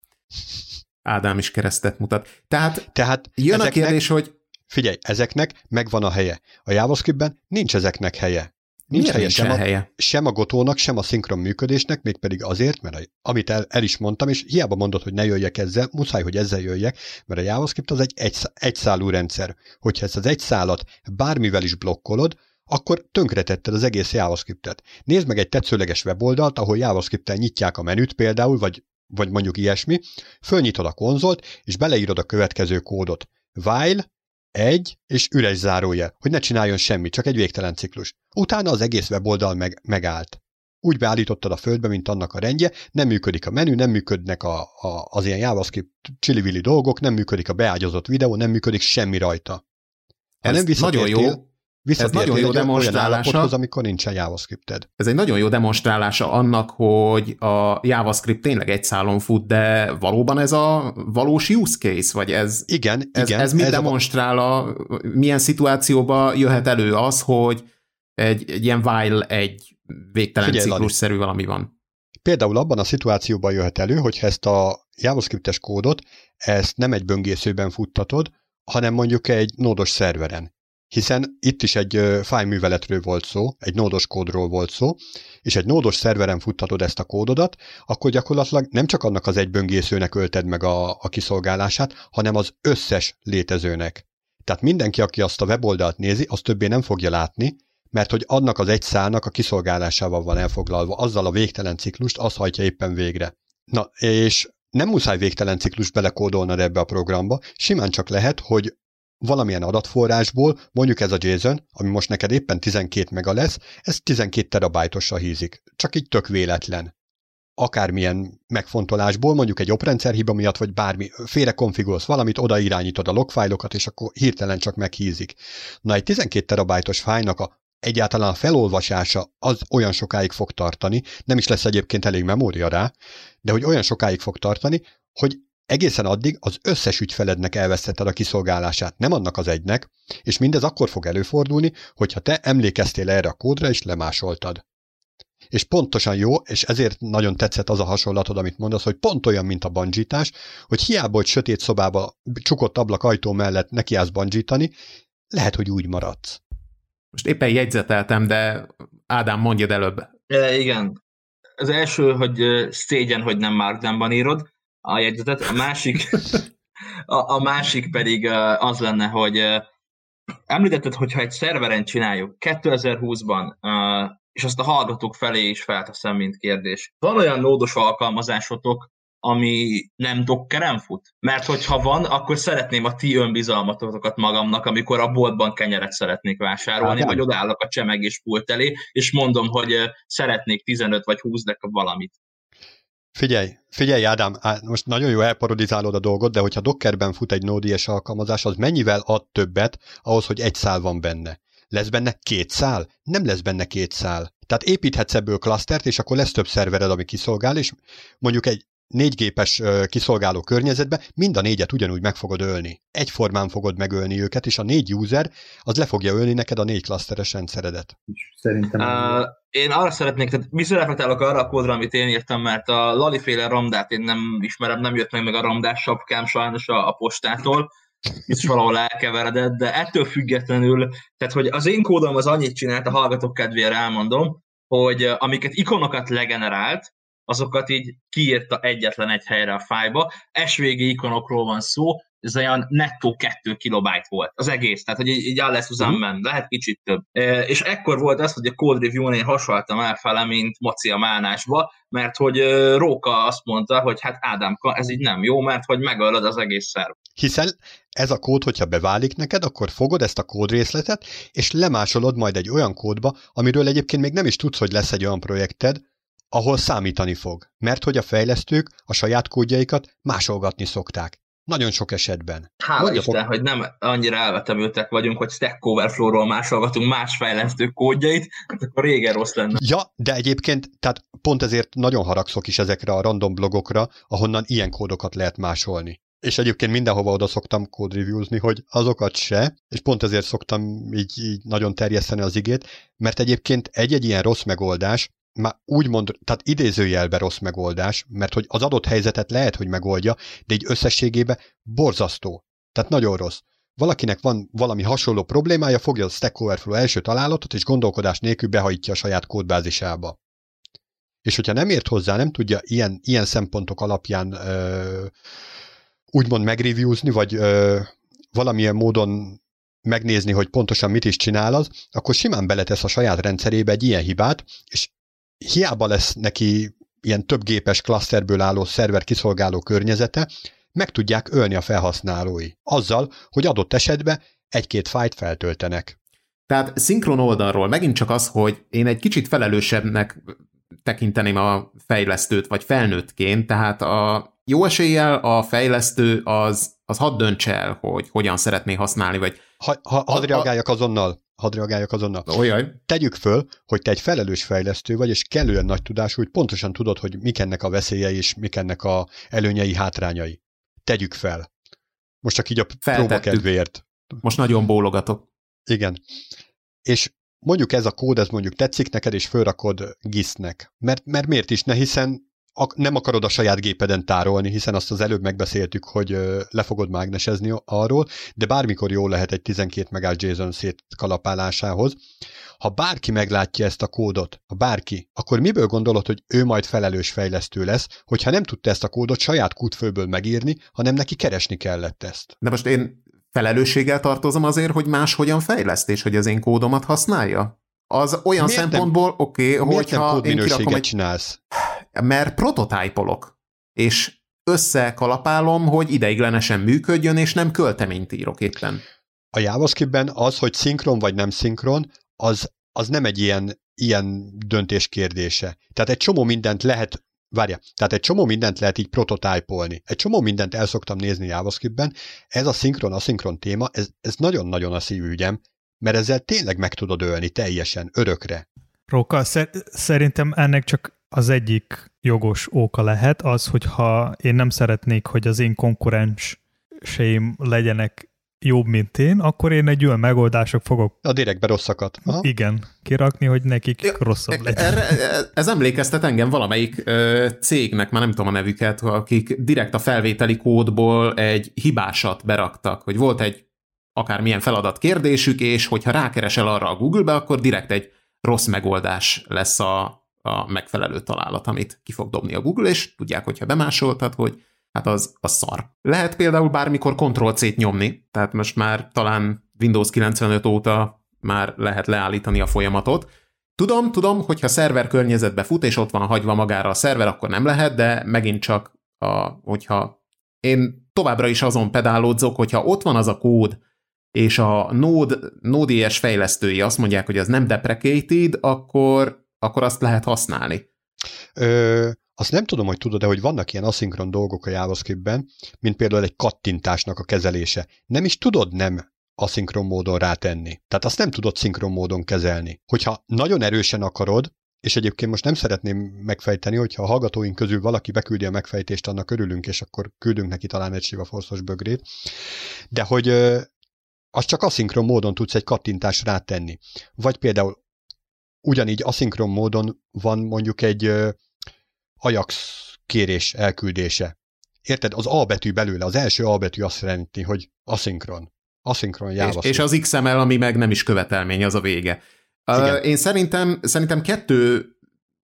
Ádám is keresztet mutat. Tehát, Tehát jön ezeknek, a kérdés, hogy... Figyelj, ezeknek megvan a helye. A JavaScriptben nincs ezeknek helye. Nincs Miért helye, sem, a, helye sem a Gotónak, sem a szinkron működésnek, mégpedig azért, mert a, amit el, el is mondtam, és hiába mondod, hogy ne jöjjek ezzel, muszáj, hogy ezzel jöjjek, mert a JavaScript az egy, egy egyszálú rendszer. Hogyha ezt az egy szálat bármivel is blokkolod, akkor tönkretetted az egész JavaScriptet. Nézd meg egy tetszőleges weboldalt, ahol JavaScripten nyitják a menüt például, vagy, vagy mondjuk ilyesmi, fölnyitod a konzolt, és beleírod a következő kódot. While egy, és üres zárójel, hogy ne csináljon semmit, csak egy végtelen ciklus. Utána az egész weboldal meg, megállt. Úgy beállítottad a földbe, mint annak a rendje, nem működik a menü, nem működnek a, a, az ilyen JavaScript csili-vili dolgok, nem működik a beágyazott videó, nem működik semmi rajta. Ha nem nagyon jó. Ez nagyon jó demonstrálása, amikor nincsen JavaScripted. Ez egy nagyon jó demonstrálása annak, hogy a JavaScript tényleg egy szálon fut, de valóban ez a valós use case, vagy ez, igen, ez, igen, ez mit ez demonstrál, a, milyen szituációban jöhet elő az, hogy egy, egy ilyen while egy végtelen ciklusszerű valami van. Például abban a szituációban jöhet elő, hogy ezt a JavaScriptes kódot, ezt nem egy böngészőben futtatod, hanem mondjuk egy nódos szerveren. Hiszen itt is egy fájlműveletről volt szó, egy nódos kódról volt szó, és egy nódos szerveren futtatod ezt a kódodat, akkor gyakorlatilag nem csak annak az egy böngészőnek ölted meg a, a kiszolgálását, hanem az összes létezőnek. Tehát mindenki, aki azt a weboldalt nézi, az többé nem fogja látni, mert hogy annak az egy szálnak a kiszolgálásával van elfoglalva, azzal a végtelen ciklust, az hajtja éppen végre. Na, és nem muszáj végtelen ciklust belekódolnod ebbe a programba, simán csak lehet, hogy valamilyen adatforrásból, mondjuk ez a JSON, ami most neked éppen tizenkét mega lesz, ez tizenkét terabájtosra hízik. Csak így tök véletlen. Akármilyen megfontolásból, mondjuk egy oprendszerhiba miatt, vagy bármi, félre konfigurálsz valamit, oda irányítod a logfájlokat, és akkor hirtelen csak meghízik. Na, egy tizenkét terabájtos fájlnak a egyáltalán a felolvasása az olyan sokáig fog tartani, nem is lesz egyébként elég memória rá, de hogy olyan sokáig fog tartani, hogy egészen addig az összes ügyfelednek elvesztetted a kiszolgálását, nem annak az egynek, és mindez akkor fog előfordulni, hogyha te emlékeztél erre a kódra, és lemásoltad. És pontosan jó, és ezért nagyon tetszett az a hasonlatod, amit mondasz, hogy pont olyan, mint a bungee-tás, hogy hiába, hogy sötét szobába csukott ablak ajtó mellett nekiállsz bungee-tani, lehet, hogy úgy maradsz. Most éppen jegyzeteltem, de Ádám, mondjad előbb. E, igen. Az első, hogy szégyen, hogy nem Markdownban írod a jegyzetet, a másik, a, a másik pedig az lenne, hogy említetted, hogyha egy szerveren csináljuk kétezer-húszban, és azt a hallgatók felé is felteszem, mint kérdés. Van olyan nódos alkalmazásotok, ami nem Dockeren fut? Mert hogyha van, akkor szeretném a ti önbizalmatokat magamnak, amikor a boltban kenyeret szeretnék vásárolni, hát, vagy odaállok a csemegés pult elé, és mondom, hogy szeretnék tizenöt vagy húsz deka valamit. Figyelj, figyelj Ádám, most nagyon jó elparodizálod a dolgot, de hogyha Dockerben fut egy Node.js alkalmazás, az mennyivel ad többet ahhoz, hogy egy szál van benne? Lesz benne két szál? Nem lesz benne két szál. Tehát építhetsz ebből klasztert, és akkor lesz több szervered, ami kiszolgál, és mondjuk egy négy gépes kiszolgáló környezetben mind a négyet ugyanúgy meg fogod ölni. Egyformán fogod megölni őket, és a négy user az le fogja ölni neked a négy klaszteres rendszeredet. Szerintem. Uh, én arra szeretnék, tehát visszareflektálok arra a kódra, amit én írtam, mert a Lali-féle ramdát én nem ismerem, nem jött meg meg a ramdás sapkám sajnos a, a postától, biztos valahol elkeveredett, de ettől függetlenül, tehát hogy az én kódom az annyit csinált, a hallgatók kedvére elmondom, hogy amiket ikonokat legenerált, azokat így kiírta egyetlen egy helyre a fájba. es vé gé ikonokról van szó, ez olyan nettó kettő kilobájt volt az egész, tehát hogy így, így áll lesz uzánben, uh-huh. lehet kicsit több. E, és ekkor volt az, hogy a Code Review-n én hasonltam elfele, mint Maci a Mánásba, mert hogy uh, Róka azt mondta, hogy hát Ádámka, ez így nem jó, mert hogy megölöd az egész szerv. Hiszen ez a kód, hogyha beválik neked, akkor fogod ezt a kódrészletet, és lemásolod majd egy olyan kódba, amiről egyébként még nem is tudsz, hogy lesz egy olyan projekted, ahol számítani fog. Mert hogy a fejlesztők a saját kódjaikat másolgatni szokták. Nagyon sok esetben. Hála Mondjatok... Isten, hogy nem annyira elvetemültek vagyunk, hogy Stack Overflow-ról másolgatunk más fejlesztők kódjait, akkor régen rossz lenne. Ja, de egyébként, tehát pont ezért nagyon haragszok is ezekre a random blogokra, ahonnan ilyen kódokat lehet másolni. És egyébként mindenhova oda szoktam code review-zni, hogy azokat se, és pont ezért szoktam így, így nagyon terjeszteni az igét, mert egyébként egy-egy ilyen rossz megoldás, már úgymond, tehát idézőjelben rossz megoldás, mert hogy az adott helyzetet lehet, hogy megoldja, de így összességében borzasztó. Tehát nagyon rossz. Valakinek van valami hasonló problémája, fogja a Stack Overflow első találatot, és gondolkodás nélkül behajtja a saját kódbázisába. És hogyha nem ért hozzá, nem tudja ilyen, ilyen szempontok alapján ö, úgymond megreviewzni, vagy ö, valamilyen módon megnézni, hogy pontosan mit is csinál az, akkor simán beletesz a saját rendszerébe egy ilyen hibát, és hiába lesz neki ilyen több gépes klaszterből álló szerver kiszolgáló környezete, meg tudják ölni a felhasználói. Azzal, hogy adott esetben egy-két fájlt feltöltenek. Tehát szinkron oldalról megint csak az, hogy én egy kicsit felelősebbnek tekinteném a fejlesztőt, vagy felnőttként, tehát a jó eséllyel a fejlesztő az, az hadd döntse el, hogy hogyan szeretné használni, vagy... Ha, ha, hadd reagáljak azonnal. Hadd reagáljak azonnal. Olyaj. Tegyük föl, hogy te egy felelős fejlesztő vagy, és kellően nagy tudású, hogy pontosan tudod, hogy mik ennek a veszélyei, és mik ennek a előnyei, hátrányai. Tegyük fel. Most csak így a próba kedvéért. Most nagyon bólogatok. Igen. És mondjuk ez a kód, ez mondjuk tetszik neked, és fölrakod gisznek. Mert, mert miért is ne, hiszen nem akarod a saját gépeden tárolni, hiszen azt az előbb megbeszéltük, hogy le fogod mágnesezni arról, de bármikor jó lehet egy tizenkét megás JSON szétkalapálásához. Ha bárki meglátja ezt a kódot, ha bárki, akkor miből gondolod, hogy ő majd felelős fejlesztő lesz, hogyha nem tudta ezt a kódot saját kútfőből megírni, hanem neki keresni kellett ezt. De most én felelősséggel tartozom azért, hogy máshogyan fejleszt, és hogy az én kódomat használja? Az olyan miért szempontból oké, okay, hogyha nem kódminőséget egy... csinálsz? Mert prototípolok, és összekalapálom, hogy ideiglenesen működjön, és nem költeményt írok éppen. A JavaScriptben az, hogy szinkron vagy nem szinkron, az, az nem egy ilyen, ilyen döntés kérdése. Tehát egy csomó mindent lehet, várja, tehát egy csomó mindent lehet így prototípolni. Egy csomó mindent el szoktam nézni JavaScriptben. Ez a szinkron-aszinkron téma, ez, ez nagyon-nagyon a szívügyem, mert ezzel tényleg meg tudod ölni teljesen, örökre. Róka, szer- szerintem ennek csak az egyik jogos oka lehet az, hogyha én nem szeretnék, hogy az én konkurenseim legyenek jobb, mint én, akkor én egy olyan megoldások fogok... A direktbe rosszakat. Aha. Igen, kirakni, hogy nekik ja, rosszabb legyen. Erre, ez emlékeztet engem valamelyik ö, cégnek, már nem tudom a nevüket, akik direkt a felvételi kódból egy hibásat beraktak, hogy volt egy akármilyen feladat kérdésük, és hogyha rákeresel arra a Google-be, akkor direkt egy rossz megoldás lesz a, a megfelelő találat, amit ki fog dobni a Google, és tudják, hogyha bemásoltad, hogy hát az, az szar. Lehet például bármikor Ctrl-C-t nyomni, tehát most már talán Windows kilencvenöt óta már lehet leállítani a folyamatot. Tudom, tudom, hogyha szerver környezetbe fut, és ott van hagyva magára a szerver, akkor nem lehet, de megint csak, a, hogyha én továbbra is azon pedálódzok, hogyha ott van az a kód, és a Node, Node.js fejlesztői azt mondják, hogy az nem deprecated, akkor, akkor azt lehet használni. Ö, azt nem tudom, hogy tudod, de hogy vannak ilyen aszinkron dolgok a JavaScriptben, mint például egy kattintásnak a kezelése. Nem is tudod nem aszinkron módon rátenni. Tehát azt nem tudod szinkron módon kezelni. Hogyha nagyon erősen akarod, és egyébként most nem szeretném megfejteni, hogyha a hallgatóink közül valaki beküldi a megfejtést, annak örülünk, és akkor küldünk neki talán egy sivaforszos bögrét. De hogy az csak aszinkron módon tudsz egy kattintást rátenni. Vagy például ugyanígy aszinkron módon van mondjuk egy Ajax kérés elküldése. Érted? Az A betű belőle, az első A betű azt jelenti, hogy aszinkron. Aszinkron JavaScript. És, és az iksz em el, ami meg nem is követelmény, az a vége. Uh, én szerintem, szerintem kettő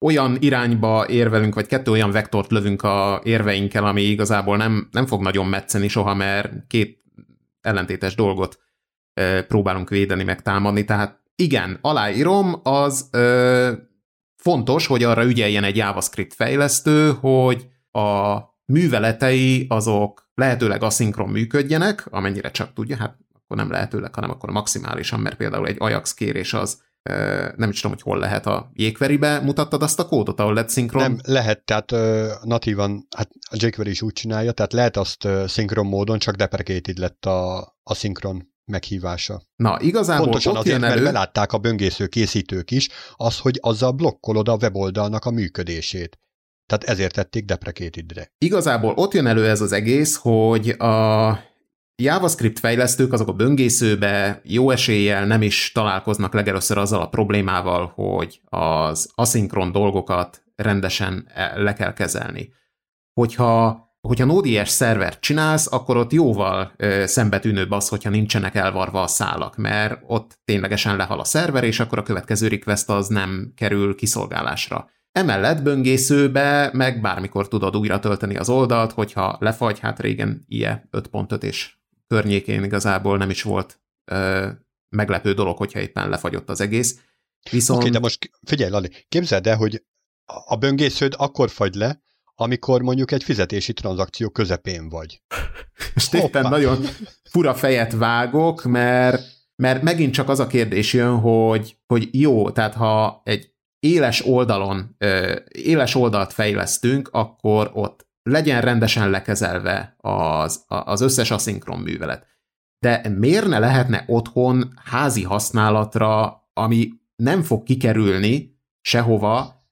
olyan irányba érvelünk, vagy kettő olyan vektort lövünk a érveinkkel, ami igazából nem, nem fog nagyon metszeni soha, mert két ellentétes dolgot e, próbálunk védeni, meg támadni, tehát igen, aláírom, az ö, fontos, hogy arra ügyeljen egy JavaScript fejlesztő, hogy a műveletei azok lehetőleg aszinkron működjenek, amennyire csak tudja, hát akkor nem lehetőleg, hanem akkor maximálisan, mert például egy Ajax kérés az, ö, nem is tudom, hogy hol lehet a jégveribe, mutattad azt a kódot, ahol lett szinkron? Nem, lehet, tehát ö, natívan, hát a jQuery is úgy csinálja, tehát lehet azt ö, szinkron módon, csak deprecated lett a, a szinkron meghívása. Na, igazából pontosan ott azért, jön elő... mert belátták a böngésző készítők is, az, hogy azzal blokkolod a weboldalnak a működését. Tehát ezért tették deprecated-re. Igazából ott jön elő ez az egész, hogy a JavaScript fejlesztők azok a böngészőbe jó eséllyel nem is találkoznak legelőször azzal a problémával, hogy az aszinkron dolgokat rendesen le kell kezelni. Hogyha Hogyha Node.js szervert csinálsz, akkor ott jóval ö, szembetűnőbb az, hogyha nincsenek elvarva a szálak, mert ott ténylegesen lehal a szerver, és akkor a következő request az nem kerül kiszolgálásra. Emellett böngészőbe meg bármikor tudod újra tölteni az oldalt, hogyha lefagy, hát régen i e öt pont öt és környékén igazából nem is volt ö, meglepő dolog, hogyha éppen lefagyott az egész. Viszont... Oké, okay, de most figyelj, Lali, képzeld el, hogy a böngésződ akkor fagy le, amikor mondjuk egy fizetési tranzakció közepén vagy. Most éppen nagyon fura fejet vágok, mert, mert megint csak az a kérdés jön, hogy, hogy jó, tehát ha egy éles oldalon, éles oldalt fejlesztünk, akkor ott legyen rendesen lekezelve az, az összes aszinkron művelet. De miért ne lehetne otthon házi használatra, ami nem fog kikerülni sehova,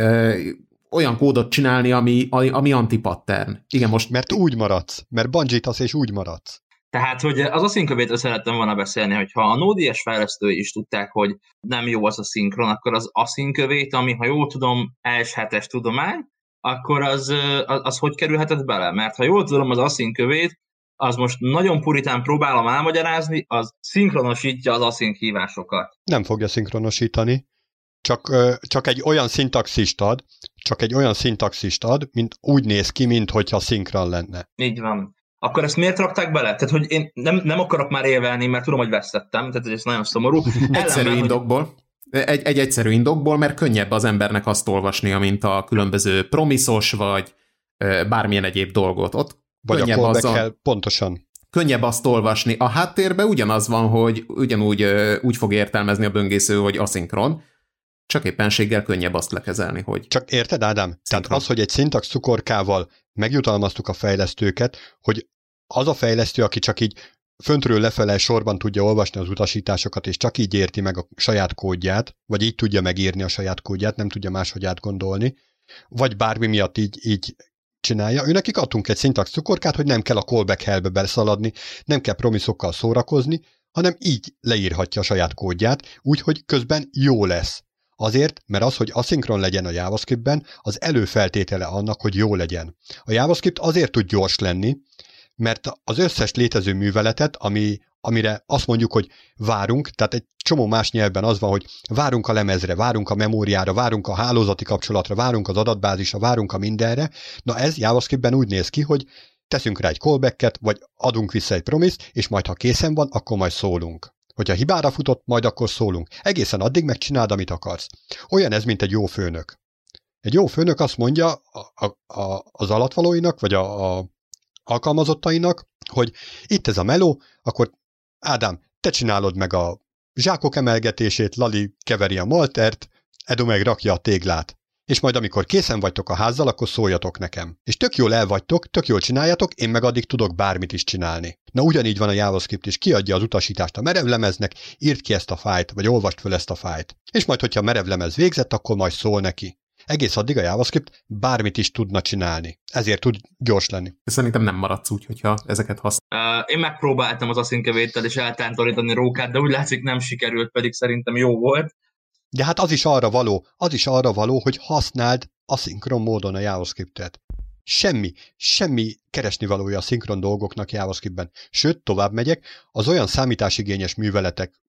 olyan kódot csinálni, ami, ami antipattern. Igen, most... Mert úgy maradsz, mert bungee-tasz és úgy maradsz. Tehát, hogy az aszinkövét szerettem volna beszélni, hogy ha a Node.js fejlesztői is tudták, hogy nem jó az a szinkron, akkor az aszinkövét, ami, ha jól tudom, es hetes tudomány, akkor az, az, az hogy kerülhetett bele? Mert ha jól tudom, az aszinkövét, az most nagyon puritán próbálom elmagyarázni, az szinkronosítja az aszink hívásokat. Nem fogja szinkronosítani. Csak, csak egy olyan szintaxist ad, csak egy olyan szintaxist ad, mint úgy néz ki, minthogyha szinkron lenne. Így van. Akkor ezt miért rakták bele? Tehát, hogy én nem, nem akarok már élvelni, mert tudom, hogy vesztettem, tehát ez nagyon szomorú. Egyszerű Ellenben, indokból. Hogy... Egy, egy egyszerű indokból, mert könnyebb az embernek azt olvasnia, mint a különböző promiszos, vagy bármilyen egyéb dolgot. Ott vagy a callback-hel, pontosan. Könnyebb azt olvasni. A háttérben ugyanaz van, hogy ugyanúgy úgy fog értelmezni a böngésző, hogy aszinkron, csak éppenséggel könnyebb azt lekezelni, hogy... Csak érted, Ádám? Szinkron. Tehát az, hogy egy szintax cukorkával megjutalmaztuk a fejlesztőket, hogy az a fejlesztő, aki csak így föntről lefele sorban tudja olvasni az utasításokat, és csak így érti meg a saját kódját, vagy így tudja megírni a saját kódját, nem tudja máshogy átgondolni, vagy bármi miatt így, így csinálja. Őnekik adtunk egy szintax cukorkát, hogy nem kell a callback hellbe beszaladni, nem kell promiszokkal szórakozni, hanem így leírhatja a saját kódját, úgyhogy közben jó lesz. Azért, mert az, hogy aszinkron legyen a JavaScriptben, az előfeltétele annak, hogy jó legyen. A JavaScript azért tud gyors lenni, mert az összes létező műveletet, ami, amire azt mondjuk, hogy várunk, tehát egy csomó más nyelvben az van, hogy várunk a lemezre, várunk a memóriára, várunk a hálózati kapcsolatra, várunk az adatbázisra, várunk a mindenre. Na ez JavaScriptben úgy néz ki, hogy teszünk rá egy callbacket, vagy adunk vissza egy promise, és majd ha készen van, akkor majd szólunk. Hogyha hibára futott, majd akkor szólunk. Egészen addig megcsináld, amit akarsz. Olyan ez, mint egy jó főnök. Egy jó főnök azt mondja a, a, a, az alatvalóinak, vagy a, a alkalmazottainak, hogy itt ez a meló, akkor Ádám, te csinálod meg a zsákok emelgetését, Lali keveri a maltert, Edu meg rakja a téglát. És majd amikor készen vagytok a házzal, akkor szóljatok nekem. És tök jól el vagytok, tök jól csináljatok, én meg addig tudok bármit is csinálni. Na ugyanígy van a JavaScript is, kiadja az utasítást a merevlemeznek, írd ki ezt a fájlt, vagy olvast föl ezt a fájlt. És majd, hogyha a merevlemez végzett, akkor majd szól neki. Egész addig a JavaScript bármit is tudna csinálni. Ezért tud gyors lenni. Szerintem nem maradsz úgy, hogyha ezeket használ. Uh, én megpróbáltam az aszinkövéttel és eltántorítani Rókát, de úgy látszik nem sikerült, pedig szerintem jó volt. De hát az is arra való, az is arra való, hogy használd aszinkron módon a JavaScriptet. Semmi, semmi keresni valója a szinkron dolgoknak JavaScriptben. Sőt, tovább megyek, az olyan számításigényes műveletek,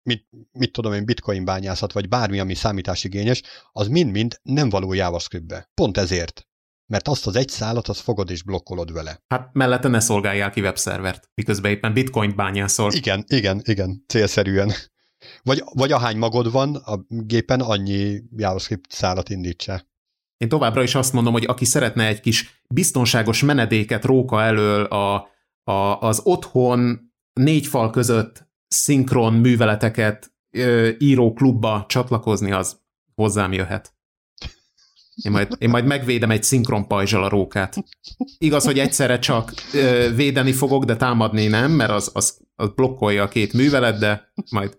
mit, mit tudom én, bitcoin bányászat, vagy bármi, ami számításigényes, az mind-mind nem való JavaScriptbe. Pont ezért. Mert azt az egy szálat, azt fogod és blokkolod vele. Hát mellette ne szolgáljál ki webszervert, miközben éppen bitcoint bányászol. Igen, igen, igen, célszerűen. Vagy, vagy ahány magod van a gépen, annyi JavaScript szálat indítsa. Én továbbra is azt mondom, hogy aki szeretne egy kis biztonságos menedéket róka elől a, a, az otthon négy fal között szinkron műveleteket ö, író klubba csatlakozni, az hozzám jöhet. Én majd, én majd megvédem egy szinkron pajzsal a rókát. Igaz, hogy egyszerre csak ö, védeni fogok, de támadni nem, mert az, az, az blokkolja a két művelet, de majd...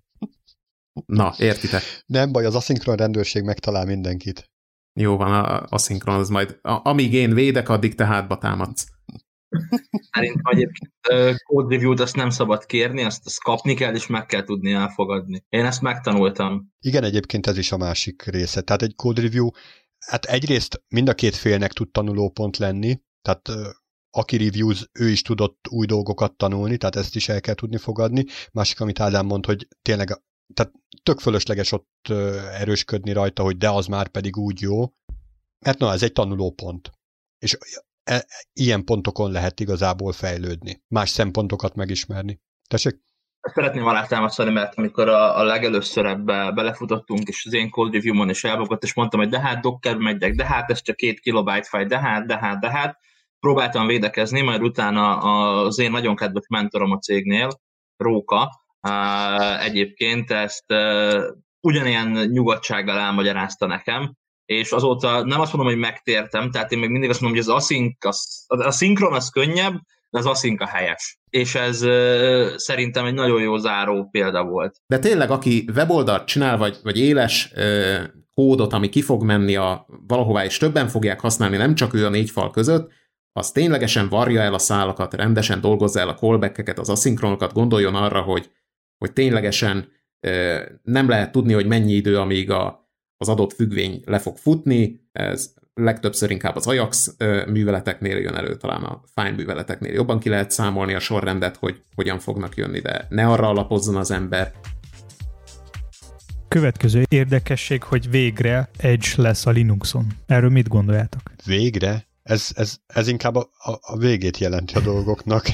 Na, értitek. Nem baj, az aszinkron rendőrség megtalál mindenkit. Jó van, a aszinkron az majd... A, amíg én védek, addig te hátba támadsz. Szerintem egyébként code review-t azt nem szabad kérni, azt, azt kapni kell, és meg kell tudni elfogadni. Én ezt megtanultam. Igen, egyébként ez is a másik része. Tehát egy code review, hát egyrészt mind a két félnek tud tanulópont lenni, tehát aki reviews, ő is tudott új dolgokat tanulni, tehát ezt is el kell tudni fogadni. Másik, amit Ádám mond, hogy tényleg tehát tök fölösleges ott erősködni rajta, hogy de az már pedig úgy jó, mert na, ez egy tanulópont. És e, ilyen pontokon lehet igazából fejlődni. Más szempontokat megismerni. Tessék? Szeretném alátámasztani, mert amikor a, a legelőször ebbe belefutottunk, és az én code review-mon is elbogott, és mondtam, hogy de hát Dockerbe megyek, de hát ez csak két kilobyte fájl, de hát, de hát, de hát. Próbáltam védekezni, majd utána az én nagyon kedves mentorom a cégnél, Róka, egyébként ezt ugyanilyen nyugodtsággal elmagyarázta nekem, és azóta nem azt mondom, hogy megtértem, tehát én még mindig azt mondom, hogy az async, az, a szinkron az könnyebb, de az async a helyes. És ez uh, szerintem egy nagyon jó záró példa volt. De tényleg, aki weboldalt csinál, vagy, vagy éles uh, kódot, ami ki fog menni a valahová, és többen fogják használni, nem csak ő a négy fal között, az ténylegesen varja el a szálakat, rendesen dolgozza el a callback-eket, az aszinkronokat, gondoljon arra, hogy, hogy ténylegesen uh, nem lehet tudni, hogy mennyi idő, amíg a az adott függvény le fog futni, ez legtöbbször inkább az Ajax műveleteknél jön elő, talán a Fine műveleteknél jobban ki lehet számolni a sorrendet, hogy hogyan fognak jönni, de ne arra alapozzon az ember. Következő érdekesség, hogy végre Edge lesz a Linuxon. Erről mit gondoljátok? Végre? Ez, ez, ez inkább a, a végét jelenti a dolgoknak.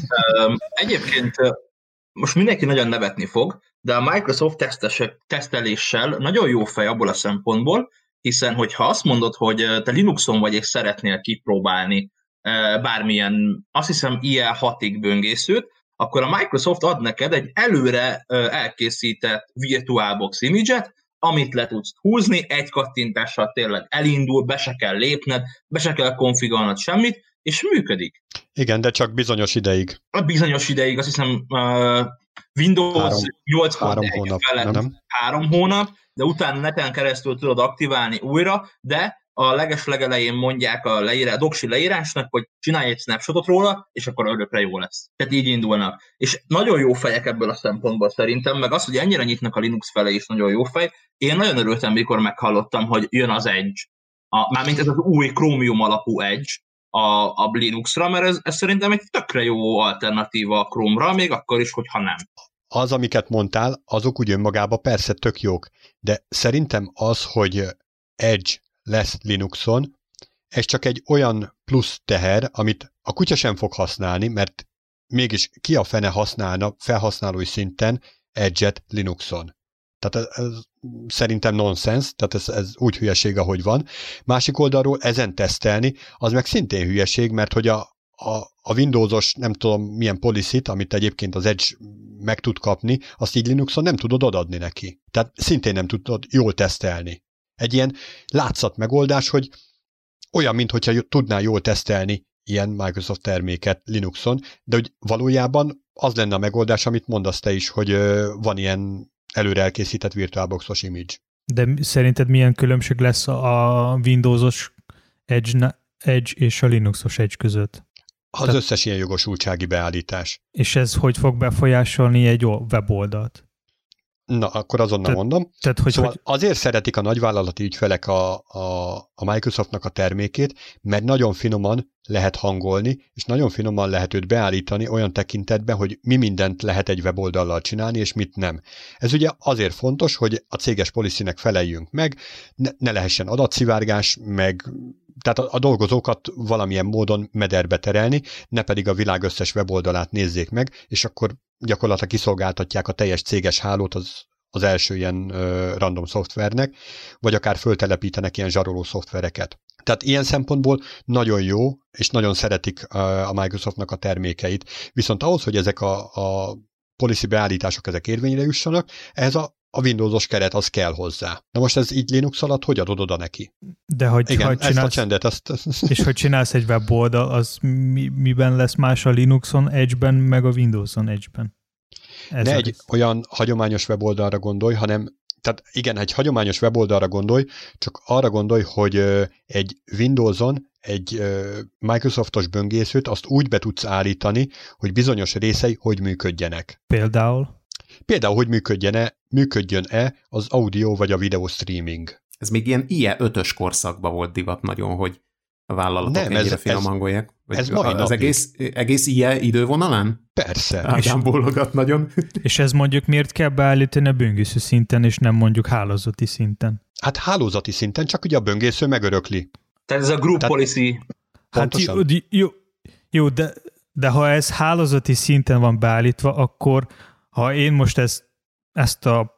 Egyébként most mindenki nagyon nevetni fog, de a Microsoft tesztesek, teszteléssel nagyon jó fej abból a szempontból, hiszen hogyha azt mondod, hogy te Linuxon vagy és szeretnél kipróbálni bármilyen, azt hiszem i el hatig böngészőt, akkor a Microsoft ad neked egy előre elkészített VirtualBox image-et, amit le tudsz húzni, egy kattintással tényleg elindul, be se kell lépned, be se kell konfigurálnod semmit, és működik. Igen, de csak bizonyos ideig. A bizonyos ideig, azt hiszem uh, Windows három, nyolc három hónap, felett nem? három hónap, de utána neten keresztül tudod aktiválni újra, de a leges legelején mondják a, leírás, a doksi leírásnak, hogy csinálj egy snapshotot róla, és akkor örökre jó lesz. Tehát így indulnak. És nagyon jó fejek ebből a szempontból szerintem, meg az, hogy ennyire nyitnak a Linux fele is nagyon jó fej. Én nagyon örültem, mikor meghallottam, hogy jön az Edge. A, mármint ez az új Chromium alapú Edge a, a Linuxra, mert ez, ez szerintem egy tökre jó alternatíva a Chrome-ra, még akkor is, hogyha nem. Az, amiket mondtál, azok úgy önmagában persze tök jók, de szerintem az, hogy Edge lesz Linuxon, ez csak egy olyan plusz teher, amit a kutya sem fog használni, mert mégis ki a fene használna felhasználói szinten Edge-et Linuxon. Tehát ez, ez szerintem nonsens, tehát ez, ez úgy hülyeség, ahogy van. Másik oldalról ezen tesztelni, az meg szintén hülyeség, mert hogy a, a, a Windowsos, nem tudom milyen policy-t, amit egyébként az Edge meg tud kapni, azt így Linuxon nem tudod odaadni neki. Tehát szintén nem tudod jól tesztelni. Egy ilyen látszat megoldás, hogy olyan, mintha tudnál jól tesztelni ilyen Microsoft terméket Linuxon, de hogy valójában az lenne a megoldás, amit mondasz te is, hogy van ilyen előre elkészített VirtualBox-os image. De szerinted milyen különbség lesz a Windowsos Edge, Edge és a Linuxos Edge között? Az Tehát, összes ilyen jogosultsági beállítás. És ez hogy fog befolyásolni egy weboldalt? Na, akkor azonnal Te, mondom. Tehát, hogy, szóval hogy... azért szeretik a nagyvállalati ügyfelek a, a, a Microsoftnak a termékét, mert nagyon finoman lehet hangolni, és nagyon finoman lehet őt beállítani olyan tekintetben, hogy mi mindent lehet egy weboldallal csinálni, és mit nem. Ez ugye azért fontos, hogy a céges policynek feleljünk meg, ne, ne lehessen adatszivárgás, meg tehát a, a dolgozókat valamilyen módon mederbe terelni, ne pedig a világ összes weboldalát nézzék meg, és akkor gyakorlatilag kiszolgáltatják a teljes céges hálót az, az első ilyen uh, random szoftvernek, vagy akár föltelepítenek ilyen zsaroló szoftvereket. Tehát ilyen szempontból nagyon jó, és nagyon szeretik uh, a Microsoftnak a termékeit. Viszont ahhoz, hogy ezek a, a policy beállítások ezek érvényre jussanak, ehhez a a Windowsos keret az kell hozzá. Na most ez így Linux alatt hogy adod oda neki? De hogy, igen, hogy ezt csinálsz, a csendet, azt... és hogy csinálsz egy weboldal, az mi, miben lesz más a Linuxon Edge-ben, meg a Windowson Edge-ben? Ez ne egy rész. Olyan hagyományos weboldalra gondolj, hanem, tehát igen, egy hagyományos weboldalra gondolj, csak arra gondolj, hogy egy Windowson egy Microsoftos böngészőt azt úgy be tudsz állítani, hogy bizonyos részei hogy működjenek. Például? Például, hogy működjön-e, működjön-e az audio vagy a videó streaming. Ez még ilyen i e ötös korszakban volt divat nagyon, hogy a vállalatok nem, ennyire ez, finom hangolják. Ez mai az egész, egész i e idővonalán? Persze. Ádám bólogat nagyon. És ez mondjuk miért kell beállítani a böngésző szinten, és nem mondjuk hálózati szinten? Hát hálózati szinten, csak ugye a böngésző megörökli. Tehát ez a group Tehát, policy. Hát jó, jó, jó de, de ha ez hálózati szinten van beállítva, akkor ha én most ezt, ezt a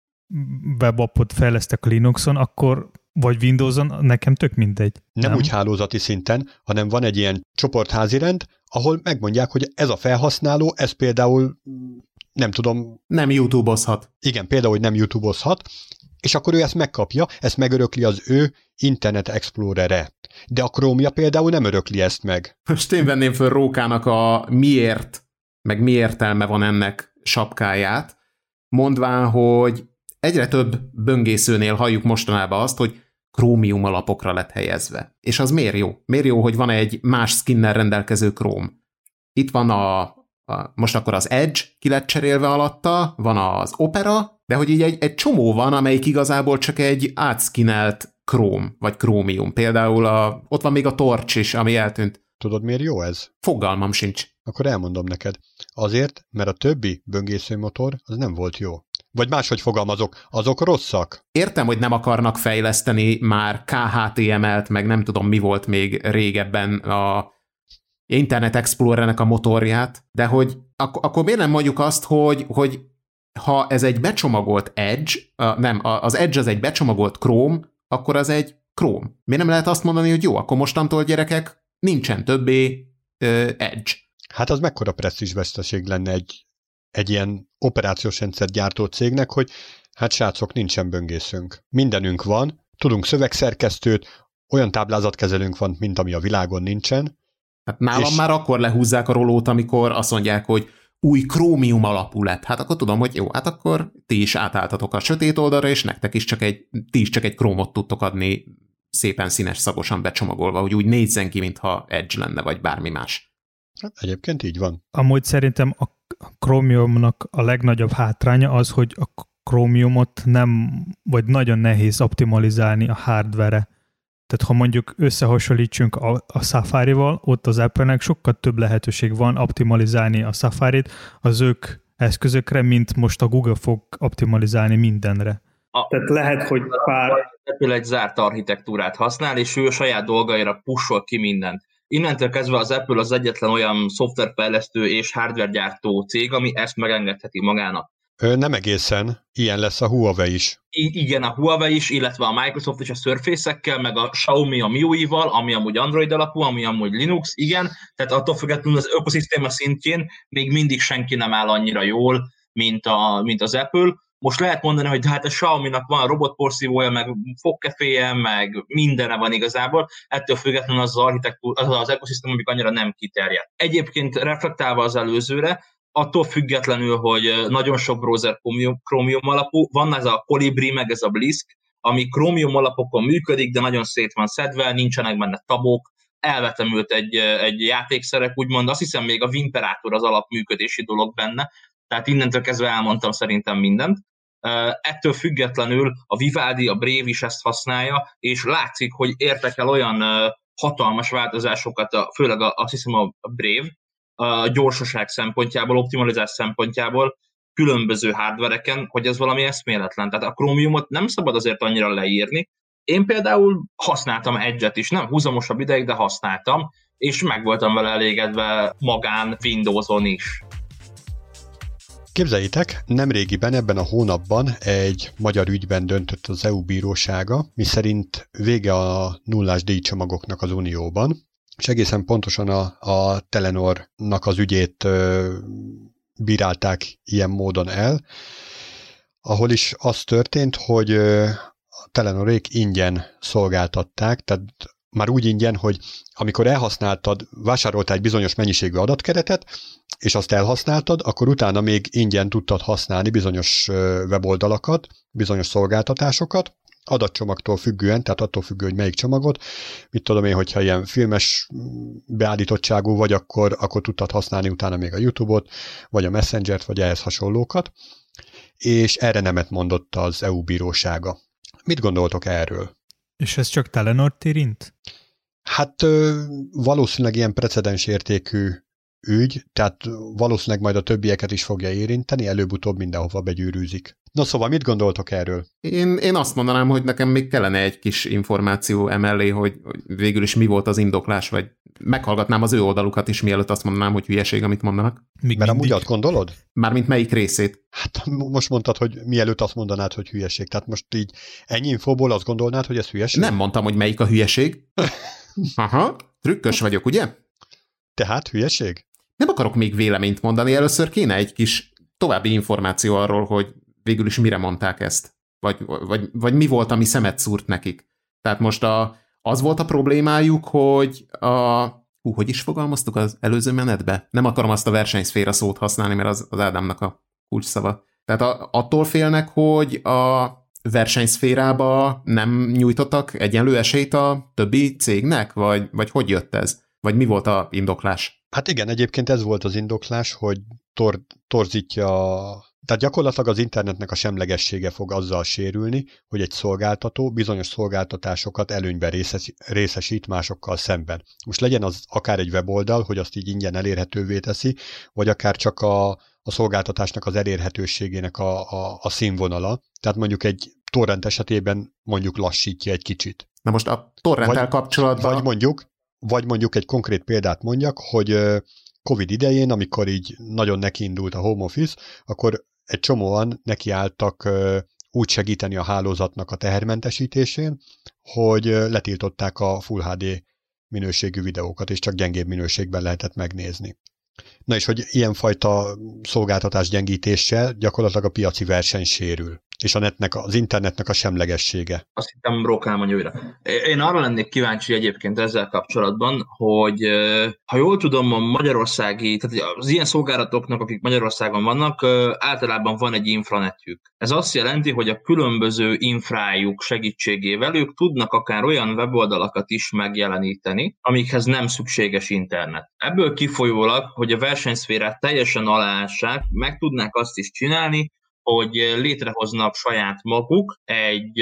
webapot fejlesztek a Linuxon, akkor vagy Windowson, nekem tök mindegy. Nem, nem úgy hálózati szinten, hanem van egy ilyen csoportházirend, ahol megmondják, hogy ez a felhasználó, ez például nem tudom... Nem YouTube-ozhat. Igen, például, hogy nem YouTube-ozhat, és akkor ő ezt megkapja, ezt megörökli az ő Internet Explorer-re. De a Chrome-ja például nem örökli ezt meg. Most én venném föl Rókának a miért, meg mi értelme van ennek sapkáját, mondván, hogy egyre több böngészőnél halljuk mostanában azt, hogy Chromium alapokra lett helyezve. És az miért jó? Miért jó, hogy van egy más skinnel rendelkező Chrome? Itt van a, a most akkor az Edge ki lett cserélve alatta, van az Opera, de hogy így egy, egy csomó van, amelyik igazából csak egy átskinnelt Chrome, vagy Chromium. Például a, ott van még a Torch is, ami eltűnt. Tudod, miért jó ez? Fogalmam sincs. Akkor elmondom neked. Azért, mert a többi böngészőmotor az nem volt jó. Vagy máshogy fogalmazok, azok rosszak. Értem, hogy nem akarnak fejleszteni már ká há té em el-t, meg nem tudom, mi volt még régebben a Internet Explorer-nek a motorját, de hogy ak- akkor miért nem mondjuk azt, hogy, hogy ha ez egy becsomagolt Edge, uh, nem, az Edge az egy becsomagolt Chrome, akkor az egy Chrome. Miért nem lehet azt mondani, hogy jó, akkor mostantól gyerekek nincsen többé uh, Edge. Hát az mekkora presztízsveszteség lenne egy, egy ilyen operációs rendszer gyártó cégnek, hogy hát srácok, nincsen böngészőnk. Mindenünk van, tudunk szövegszerkesztőt, olyan táblázatkezelőnk van, mint ami a világon nincsen. Hát nálam és... már akkor lehúzzák a rolót, amikor azt mondják, hogy új Chromium alapú lett. Hát akkor tudom, hogy jó, hát akkor ti is átálltatok a sötét oldalra, és nektek is csak egy, ti is csak egy Chrome-ot tudtok adni szépen színes szagosan becsomagolva, hogy úgy nézzen ki, mintha Edge lenne, vagy bármi más. Hát egyébként így van. Amúgy szerintem a Chromiumnak a legnagyobb hátránya az, hogy a Chromiumot nem, vagy nagyon nehéz optimalizálni a hardware-re. Tehát ha mondjuk összehasonlítsunk a, a Safari-val, ott az Apple-nek sokkal több lehetőség van optimalizálni a Safari-t az ők eszközökre, mint most a Google fog optimalizálni mindenre. A, Tehát lehet, hogy pár... Apple egy zárt architektúrát használ, és ő a saját dolgaira pushol ki mindent. Innentől kezdve az Apple az egyetlen olyan szoftverfejlesztő és hardwaregyártó cég, ami ezt megengedheti magának. Ö, nem egészen. Ilyen lesz a Huawei is. I- igen, a Huawei is, illetve a Microsoft is a Surface-ekkel, meg a Xiaomi a em i u i-val, ami amúgy Android alapú, ami amúgy Linux, igen. Tehát attól függetlenül az ökoszisztéma szintjén még mindig senki nem áll annyira jól, mint, a, mint az Apple. Most lehet mondani, hogy hát a Xiaomi-nak van robotporszívója, meg fogkeféje, meg mindene van igazából, ettől függetlenül az az, architektúra, az, az ökoszisztéma, amik annyira nem kiterjedt. Egyébként reflektálva az előzőre, attól függetlenül, hogy nagyon sok browser Chromium alapú, van ez a Colibri, meg ez a Blisk, ami Chromium alapokon működik, de nagyon szét van szedve, nincsenek benne tabok, elvetemült egy, egy játékszerep, úgymond, azt hiszem még a Wimperátor az alapműködési dolog benne, tehát innentől kezdve elmondtam szerintem mindent. Ettől függetlenül a Vivaldi, a Brave is ezt használja, és látszik, hogy értek el olyan hatalmas változásokat, főleg a, azt hiszem a Brave, a gyorsaság szempontjából, optimalizás szempontjából, különböző hardvereken, hogy ez valami eszméletlen. Tehát a Chromiumot nem szabad azért annyira leírni. Én például használtam Edge-et is, nem húzamosabb ideig, de használtam, és meg voltam vele elégedve magán Windowson is. Képzeljétek, nemrégiben ebben a hónapban egy magyar ügyben döntött az é u bírósága, miszerint vége a nullás díjcsomagoknak az Unióban, és egészen pontosan a, a Telenornak az ügyét ö, bírálták ilyen módon el, ahol is az történt, hogy ö, a Telenorék ingyen szolgáltatták, tehát már úgy ingyen, hogy amikor elhasználtad, vásároltál egy bizonyos mennyiségű adatkeretet, és azt elhasználtad, akkor utána még ingyen tudtad használni bizonyos weboldalakat, bizonyos szolgáltatásokat, adatcsomagtól függően, tehát attól függő, hogy melyik csomagot, mit tudom én, hogyha ilyen filmes beállítottságú vagy, akkor, akkor tudtad használni utána még a YouTube-ot, vagy a Messengert, vagy ehhez hasonlókat, és erre nemet mondott az é u bírósága. Mit gondoltok erről? És ez csak Telenort érint? Hát valószínűleg ilyen precedens értékű ügy, tehát valószínűleg majd a többieket is fogja érinteni, előbb-utóbb mindenhova begyűrűzik. Na szóval mit gondoltok erről? Én, én azt mondanám, hogy nekem még kellene egy kis információ emellé, hogy, hogy végül is mi volt az indoklás, vagy meghallgatnám az ő oldalukat is, mielőtt azt mondanám, hogy hülyeség, amit mondanak. Még Mert amúgy azt gondolod? Mármint melyik részét? Hát most mondtad, hogy mielőtt azt mondanád, hogy hülyeség. Tehát most így ennyi infóból azt gondolnád, hogy ez hülyeség? Nem mondtam, hogy melyik a hülyeség. Aha, trükkös vagyok, ugye? Tehát hülyeség? Nem akarok még véleményt mondani, először kéne egy kis további információ arról, hogy végül is mire mondták ezt. Vagy, vagy, vagy mi volt, ami szemet szúrt nekik. Tehát most a, az volt a problémájuk, hogy a... Hú, hogy is fogalmaztuk az előző menetbe? Nem akarom azt a versenyszféra szót használni, mert az, az Ádámnak a kulcsszava. Tehát a, attól félnek, hogy a versenyszférába nem nyújtottak egyenlő esélyt a többi cégnek? Vagy, vagy hogy jött ez? Vagy mi volt a indoklás? Hát igen, egyébként ez volt az indoklás, hogy tor- torzítja, tehát gyakorlatilag az internetnek a semlegessége fog azzal sérülni, hogy egy szolgáltató bizonyos szolgáltatásokat előnyben részes- részesít másokkal szemben. Most legyen az akár egy weboldal, hogy azt így ingyen elérhetővé teszi, vagy akár csak a, a szolgáltatásnak az elérhetőségének a, a, a színvonala. Tehát mondjuk egy torrent esetében mondjuk lassítja egy kicsit. Na most a torrenttel kapcsolatban... Vagy mondjuk, Vagy mondjuk egy konkrét példát mondjak, hogy Covid idején, amikor így nagyon nekiindult a home office, akkor egy csomóan nekiálltak úgy segíteni a hálózatnak a tehermentesítésén, hogy letiltották a Full há dé minőségű videókat, és csak gyengébb minőségben lehetett megnézni. Na és hogy ilyenfajta szolgáltatás gyengítéssel gyakorlatilag a piaci verseny sérül, és a netnek, az internetnek a semlegessége. Azt hittem Brókál mondja újra. Én arra lennék kíváncsi egyébként ezzel kapcsolatban, hogy ha jól tudom, a magyarországi, tehát az ilyen szolgálatoknak, akik Magyarországon vannak, általában van egy infranetjük. Ez azt jelenti, hogy a különböző infrájuk segítségével ők tudnak akár olyan weboldalakat is megjeleníteni, amikhez nem szükséges internet. Ebből kifolyólag, hogy a versenyszférát teljesen aláássák, meg tudnák azt is csinálni, hogy létrehoznak saját maguk egy,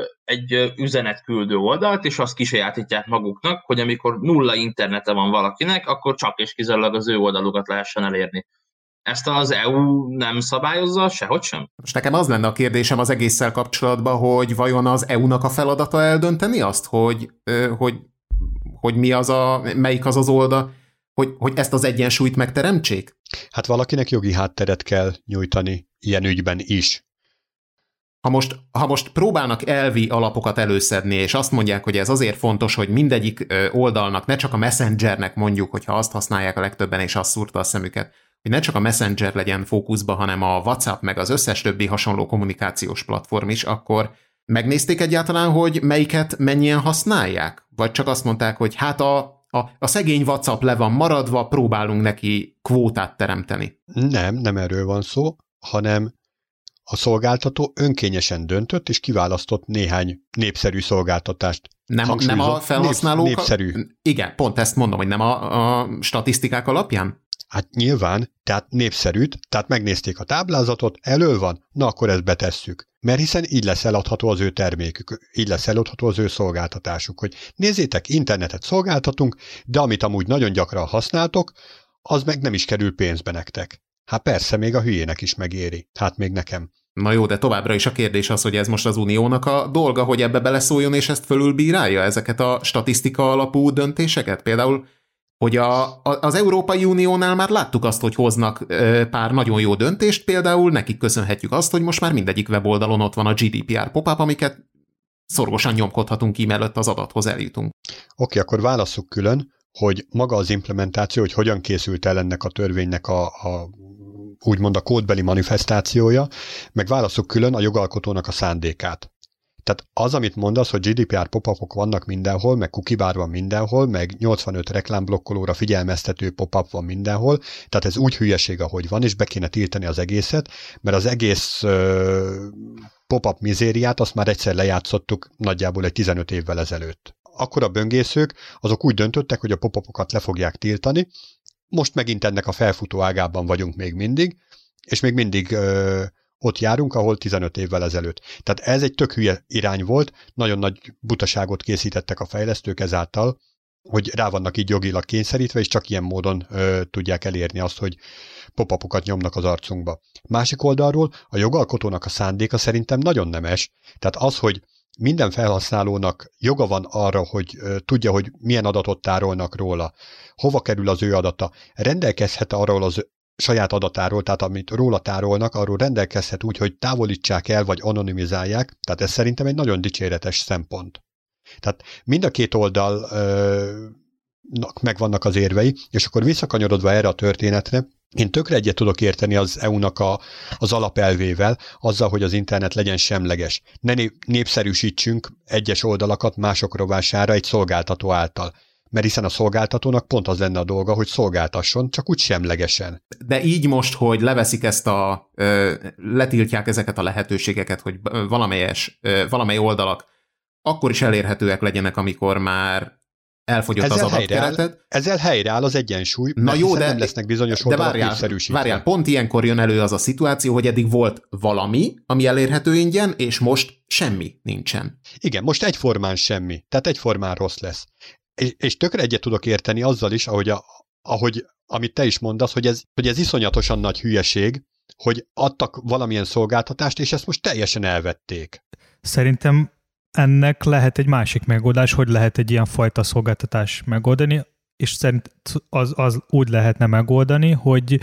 egy üzenetküldő oldalt, és azt kisajátítják maguknak, hogy amikor nulla internete van valakinek, akkor csak és kizárólag az ő oldalukat lehessen elérni. Ezt az é u nem szabályozza, sehogy sem? Most nekem az lenne a kérdésem az egésszel kapcsolatban, hogy vajon az é u-nak a feladata eldönteni azt, hogy, hogy, hogy mi az a, melyik az az oldal, hogy, hogy ezt az egyensúlyt megteremtsék? Hát valakinek jogi hátteret kell nyújtani ilyen ügyben is. Ha most, ha most próbálnak elvi alapokat előszedni, és azt mondják, hogy ez azért fontos, hogy mindegyik oldalnak, ne csak a Messengernek mondjuk, hogyha azt használják a legtöbben, és azt szúrta a szemüket, hogy ne csak a Messenger legyen fókuszba, hanem a WhatsApp, meg az összes többi hasonló kommunikációs platform is, akkor megnézték egyáltalán, hogy melyiket mennyien használják? Vagy csak azt mondták, hogy hát a A, a szegény WhatsApp le van maradva, próbálunk neki kvótát teremteni. Nem, nem erről van szó, hanem a szolgáltató önkényesen döntött, és kiválasztott néhány népszerű szolgáltatást. Nem, nem a felhasználók... Nép, népszerű. Igen, pont ezt mondom, hogy nem a, a statisztikák alapján? Hát nyilván, tehát népszerűt, tehát megnézték a táblázatot, elő van, na akkor ezt betesszük. Mert hiszen így lesz eladható az ő termékük, így lesz eladható az ő szolgáltatásuk, hogy nézzétek, internetet szolgáltatunk, de amit amúgy nagyon gyakran használtok, az meg nem is kerül pénzbe nektek. Hát persze, még a hülyének is megéri. Hát még nekem. Na jó, de továbbra is a kérdés az, hogy ez most az Uniónak a dolga, hogy ebbe beleszóljon, és ezt fölülbírálja, ezeket a statisztika alapú döntéseket? Például, hogy a, a, az Európai Uniónál már láttuk azt, hogy hoznak ö, pár nagyon jó döntést, például nekik köszönhetjük azt, hogy most már mindegyik weboldalon ott van a gé dé pé er pop-up, amiket szorgosan nyomkodhatunk ki, mielőtt az adathoz eljutunk. Oké, akkor válasszuk külön, hogy maga az implementáció, hogy hogyan készült el ennek a törvénynek a, a úgymond a kódbeli manifestációja, meg válasszuk külön a jogalkotónak a szándékát. Tehát az, amit mondasz, hogy gé dé pé er pop-upok vannak mindenhol, meg cookie bar van mindenhol, meg nyolcvanöt reklámblokkolóra figyelmeztető pop-up van mindenhol, tehát ez úgy hülyeség, ahogy van, és be kéne tiltani az egészet, mert az egész uh, pop-up mizériát azt már egyszer lejátszottuk nagyjából egy tizenöt évvel ezelőtt. Akkor a böngészők azok úgy döntöttek, hogy a pop-upokat le fogják tiltani, most megint ennek a felfutó ágában vagyunk még mindig, és még mindig ö, ott járunk, ahol tizenöt évvel ezelőtt. Tehát ez egy tök hülye irány volt, nagyon nagy butaságot készítettek a fejlesztők ezáltal, hogy rá vannak így jogilag kényszerítve, és csak ilyen módon ö, tudják elérni azt, hogy pop-upokat nyomnak az arcunkba. Másik oldalról a jogalkotónak a szándéka szerintem nagyon nemes, tehát az, hogy minden felhasználónak joga van arra, hogy ö, tudja, hogy milyen adatot tárolnak róla, hova kerül az ő adata, rendelkezhet arról az saját adatáról, tehát amit róla tárolnak, arról rendelkezhet úgy, hogy távolítsák el, vagy anonimizálják, tehát ez szerintem egy nagyon dicséretes szempont. Tehát mind a két oldalnak megvannak az érvei, és akkor visszakanyarodva erre a történetre, én tökre egyet tudok érteni az é u-nak a, az alapelvével, azzal, hogy az internet legyen semleges. Ne népszerűsítsünk egyes oldalakat mások rovására egy szolgáltató által. Mert hiszen a szolgáltatónak pont az lenne a dolga, hogy szolgáltasson, csak úgy semlegesen. De így most, hogy leveszik ezt a, ö, letiltják ezeket a lehetőségeket, hogy valamelyes, ö, valamely oldalak akkor is elérhetőek legyenek, amikor már elfogyott ezzel az adatkeretet. Ezzel helyreáll az egyensúly, Na mert jó, de, nem lesznek bizonyos de oldalak várjál, népszerűsítve. Várjál, pont ilyenkor jön elő az a szituáció, hogy eddig volt valami, ami elérhető ingyen, és most semmi nincsen. Igen, most egyformán semmi, tehát egyformán rossz lesz. És, és tökre egyet tudok érteni azzal is, ahogy, a, ahogy amit te is mondasz, hogy ez, hogy ez iszonyatosan nagy hülyeség, hogy adtak valamilyen szolgáltatást, és ezt most teljesen elvették. Szerintem ennek lehet egy másik megoldás, hogy lehet egy ilyen fajta szolgáltatás megoldani, és szerint az, az úgy lehetne megoldani, hogy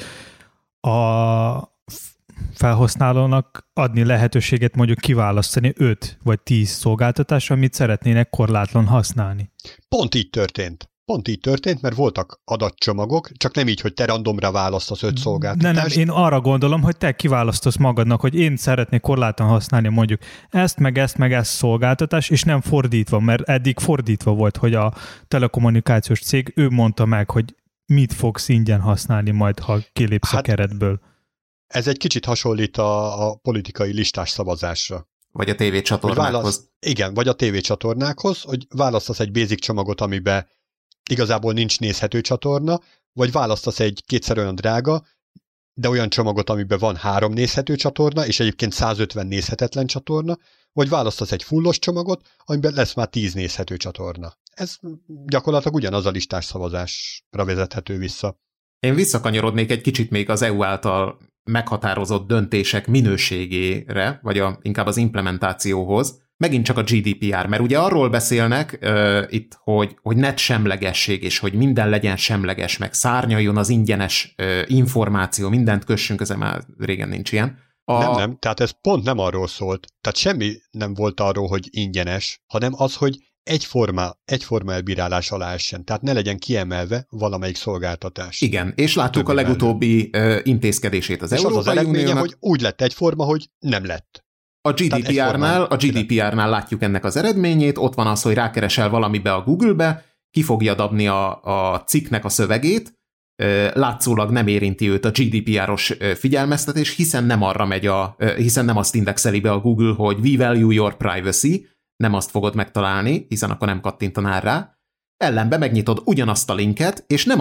a felhasználónak adni lehetőséget mondjuk kiválasztani öt vagy tíz szolgáltatás, amit szeretnének korlátlan használni. Pont így történt. Pont így történt, mert voltak adatcsomagok, csak nem így, hogy te randomra választasz öt szolgáltatást. Nem, nem, én arra gondolom, hogy te kiválasztasz magadnak, hogy én szeretnék korlátlan használni mondjuk ezt, meg ezt, meg ezt szolgáltatás, és nem fordítva, mert eddig fordítva volt, hogy a telekommunikációs cég, ő mondta meg, hogy mit fogsz ingyen használni majd, ha kilépsz hát, a keretből. Ez egy kicsit hasonlít a, a politikai listás szavazásra. Vagy a tévécsatornákhoz. Választ, igen, vagy a tévécsatornákhoz, hogy választasz egy basic csomagot, amiben igazából nincs nézhető csatorna, vagy választasz egy kétszer olyan drága, de olyan csomagot, amiben van három nézhető csatorna, és egyébként százötven nézhetetlen csatorna, vagy választasz egy fullos csomagot, amiben lesz már tíz nézhető csatorna. Ez gyakorlatilag ugyanaz a listás szavazásra vezethető vissza. Én visszakanyarodnék egy kicsit még az é u által meghatározott döntések minőségére, vagy a, inkább az implementációhoz, megint csak a gé dé pé er, mert ugye arról beszélnek uh, itt, hogy, hogy net semlegesség, és hogy minden legyen semleges, meg szárnyaljon az ingyenes uh, információ, mindent kössünk, ez már régen nincs ilyen. A... Nem, nem, tehát ez pont nem arról szólt. Tehát semmi nem volt arról, hogy ingyenes, hanem az, hogy egyforma, egyforma elbírálás alá essen, tehát ne legyen kiemelve valamelyik szolgáltatás. Igen, és láttuk a legutóbbi uh, intézkedését az és Európai az az eredménye, Uniónak, hogy úgy lett egyforma, hogy nem lett. A gé dé pé er-nál, a gé dé pé er-nál látjuk ennek az eredményét, ott van az, hogy rákeresel valamibe a Google-be, ki fogja dobni a, a cikknek a szövegét, látszólag nem érinti őt a gé dé pé er-os figyelmeztetés, hiszen nem arra megy a, hiszen nem azt indexeli be a Google, hogy we value your privacy, nem azt fogod megtalálni, hiszen akkor nem kattintanál rá. Ellenben megnyitod ugyanazt a linket, és nem a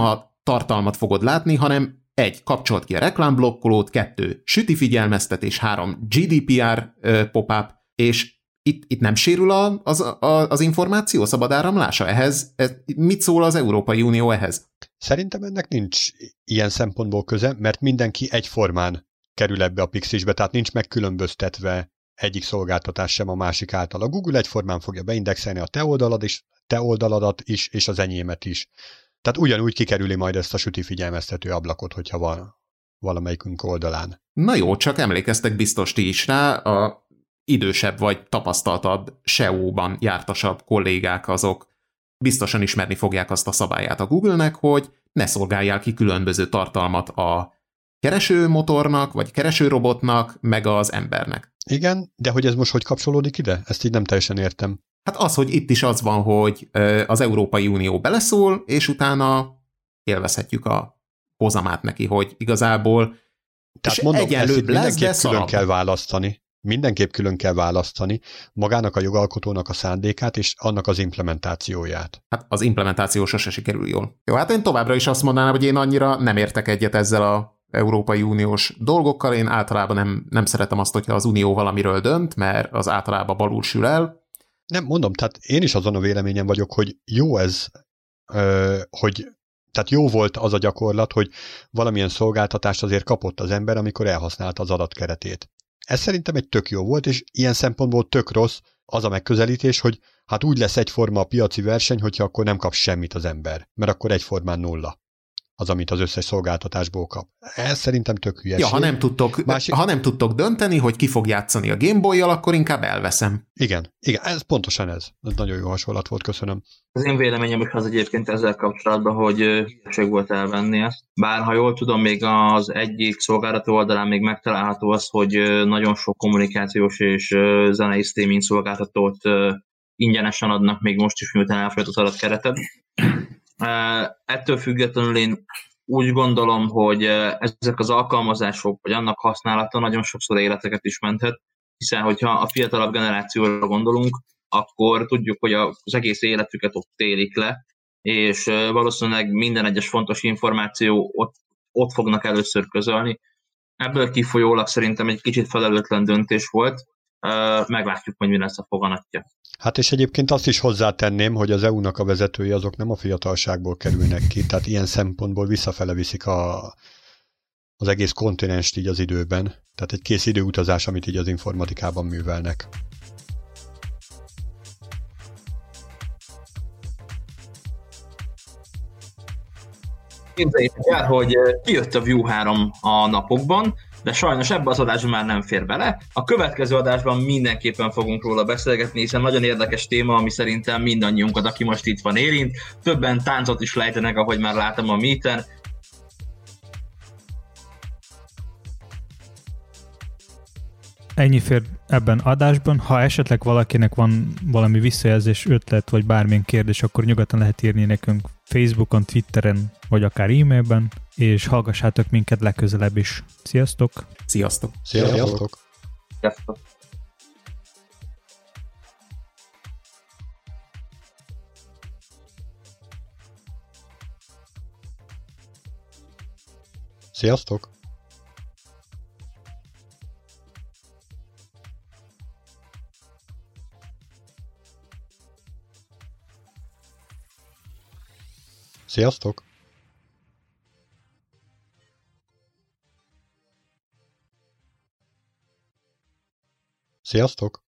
tartalmat fogod látni, hanem egy, kapcsolt ki a reklámblokkolót, kettő, süti figyelmeztetés, három, gé dé pé er pop-up, és itt, itt nem sérül a, az, a, az információ szabad áramlása ehhez? Ez, mit szól az Európai Unió ehhez? Szerintem ennek nincs ilyen szempontból köze, mert mindenki egyformán kerül ebbe a Pixisbe, tehát nincs megkülönböztetve egyik szolgáltatás sem a másik által. A Google egyformán fogja beindexelni a te oldalad is, te oldaladat is, és az enyémet is. Tehát ugyanúgy kikerüli majd ezt a süti figyelmeztető ablakot, hogyha van valamelyikünk oldalán. Na jó, csak emlékeztek biztos ti is rá, a idősebb vagy tapasztaltabb es e o-ban jártasabb kollégák azok biztosan ismerni fogják azt a szabályát a Google-nek, hogy ne szolgáljál ki különböző tartalmat a keresőmotornak, vagy keresőrobotnak, meg az embernek. Igen, de hogy ez most hogy kapcsolódik ide? Ezt így nem teljesen értem. Hát az, hogy itt is az van, hogy az Európai Unió beleszól, és utána élvezhetjük a hozamát neki, hogy igazából Tehát és mondom, egyenlőbb ezt lesz, de külön szarabb. kell választani. Mindenképp külön kell választani magának a jogalkotónak a szándékát és annak az implementációját. Hát az implementáció sose sikerül jól. Jó, hát én továbbra is azt mondanám, hogy én annyira nem értek egyet ezzel a Európai Uniós dolgokkal. Én általában nem, nem szeretem azt, hogyha az Unió valamiről dönt, mert az általában balul sül el. Nem, mondom, tehát én is azon a véleményen vagyok, hogy jó ez, hogy tehát jó volt az a gyakorlat, hogy valamilyen szolgáltatást azért kapott az ember, amikor elhasználta az adatkeretét. Ez szerintem egy tök jó volt, és ilyen szempontból tök rossz az a megközelítés, hogy hát úgy lesz egyforma a piaci verseny, hogyha akkor nem kap semmit az ember, mert akkor egyformán nulla az, amit az összes szolgáltatásból kap. Ez szerintem tök hülyeség. Ja, ha nem tudtok, Másik... ha nem tudtok dönteni, hogy ki fog játszani a Gameboy-jal, akkor inkább elveszem. Igen, igen, ez pontosan ez. Ez nagyon jó hasonlat volt, köszönöm. Az én véleményem is az egyébként ezzel kapcsolatban, hogy hülyeség volt elvenni ezt. Bár ha jól tudom, még az egyik szolgáltató oldalán még megtalálható az, hogy nagyon sok kommunikációs és zenei streaming szolgáltatót ingyenesen adnak még most is, miután elfogyott az adatkereted. Ettől függetlenül én úgy gondolom, hogy ezek az alkalmazások, vagy annak használata nagyon sokszor életeket is menthet, hiszen hogyha a fiatalabb generációra gondolunk, akkor tudjuk, hogy az egész életüket ott élik le, és valószínűleg minden egyes fontos információ ott, ott fognak először közölni. Ebből kifolyólag szerintem egy kicsit felelőtlen döntés volt, meglátjuk, hogy mi lesz a foganatja. Hát és egyébként azt is hozzátenném, hogy az é u-nak a vezetői azok nem a fiatalságból kerülnek ki, tehát ilyen szempontból visszafele viszik a, az egész kontinenst így az időben. Tehát egy kész időutazás, amit így az informatikában művelnek. Képzeljétek el, hogy kijött a Vue három a napokban, de sajnos ebbe az adásban már nem fér bele. A következő adásban mindenképpen fogunk róla beszélgetni, hiszen nagyon érdekes téma, ami szerintem mindannyiunkat, aki most itt van, érint. Többen táncot is lejtenek, ahogy már látom a Meeten. Ennyi fér ebben adásban. Ha esetleg valakinek van valami visszajelzés, ötlet, vagy bármilyen kérdés, akkor nyugodtan lehet írni nekünk Facebookon, Twitteren, vagy akár e-mailben, és hallgassátok minket legközelebb is. Sziasztok! Sziasztok! Sziasztok! Sziasztok! Sziasztok! Sziasztok! Sziasztok!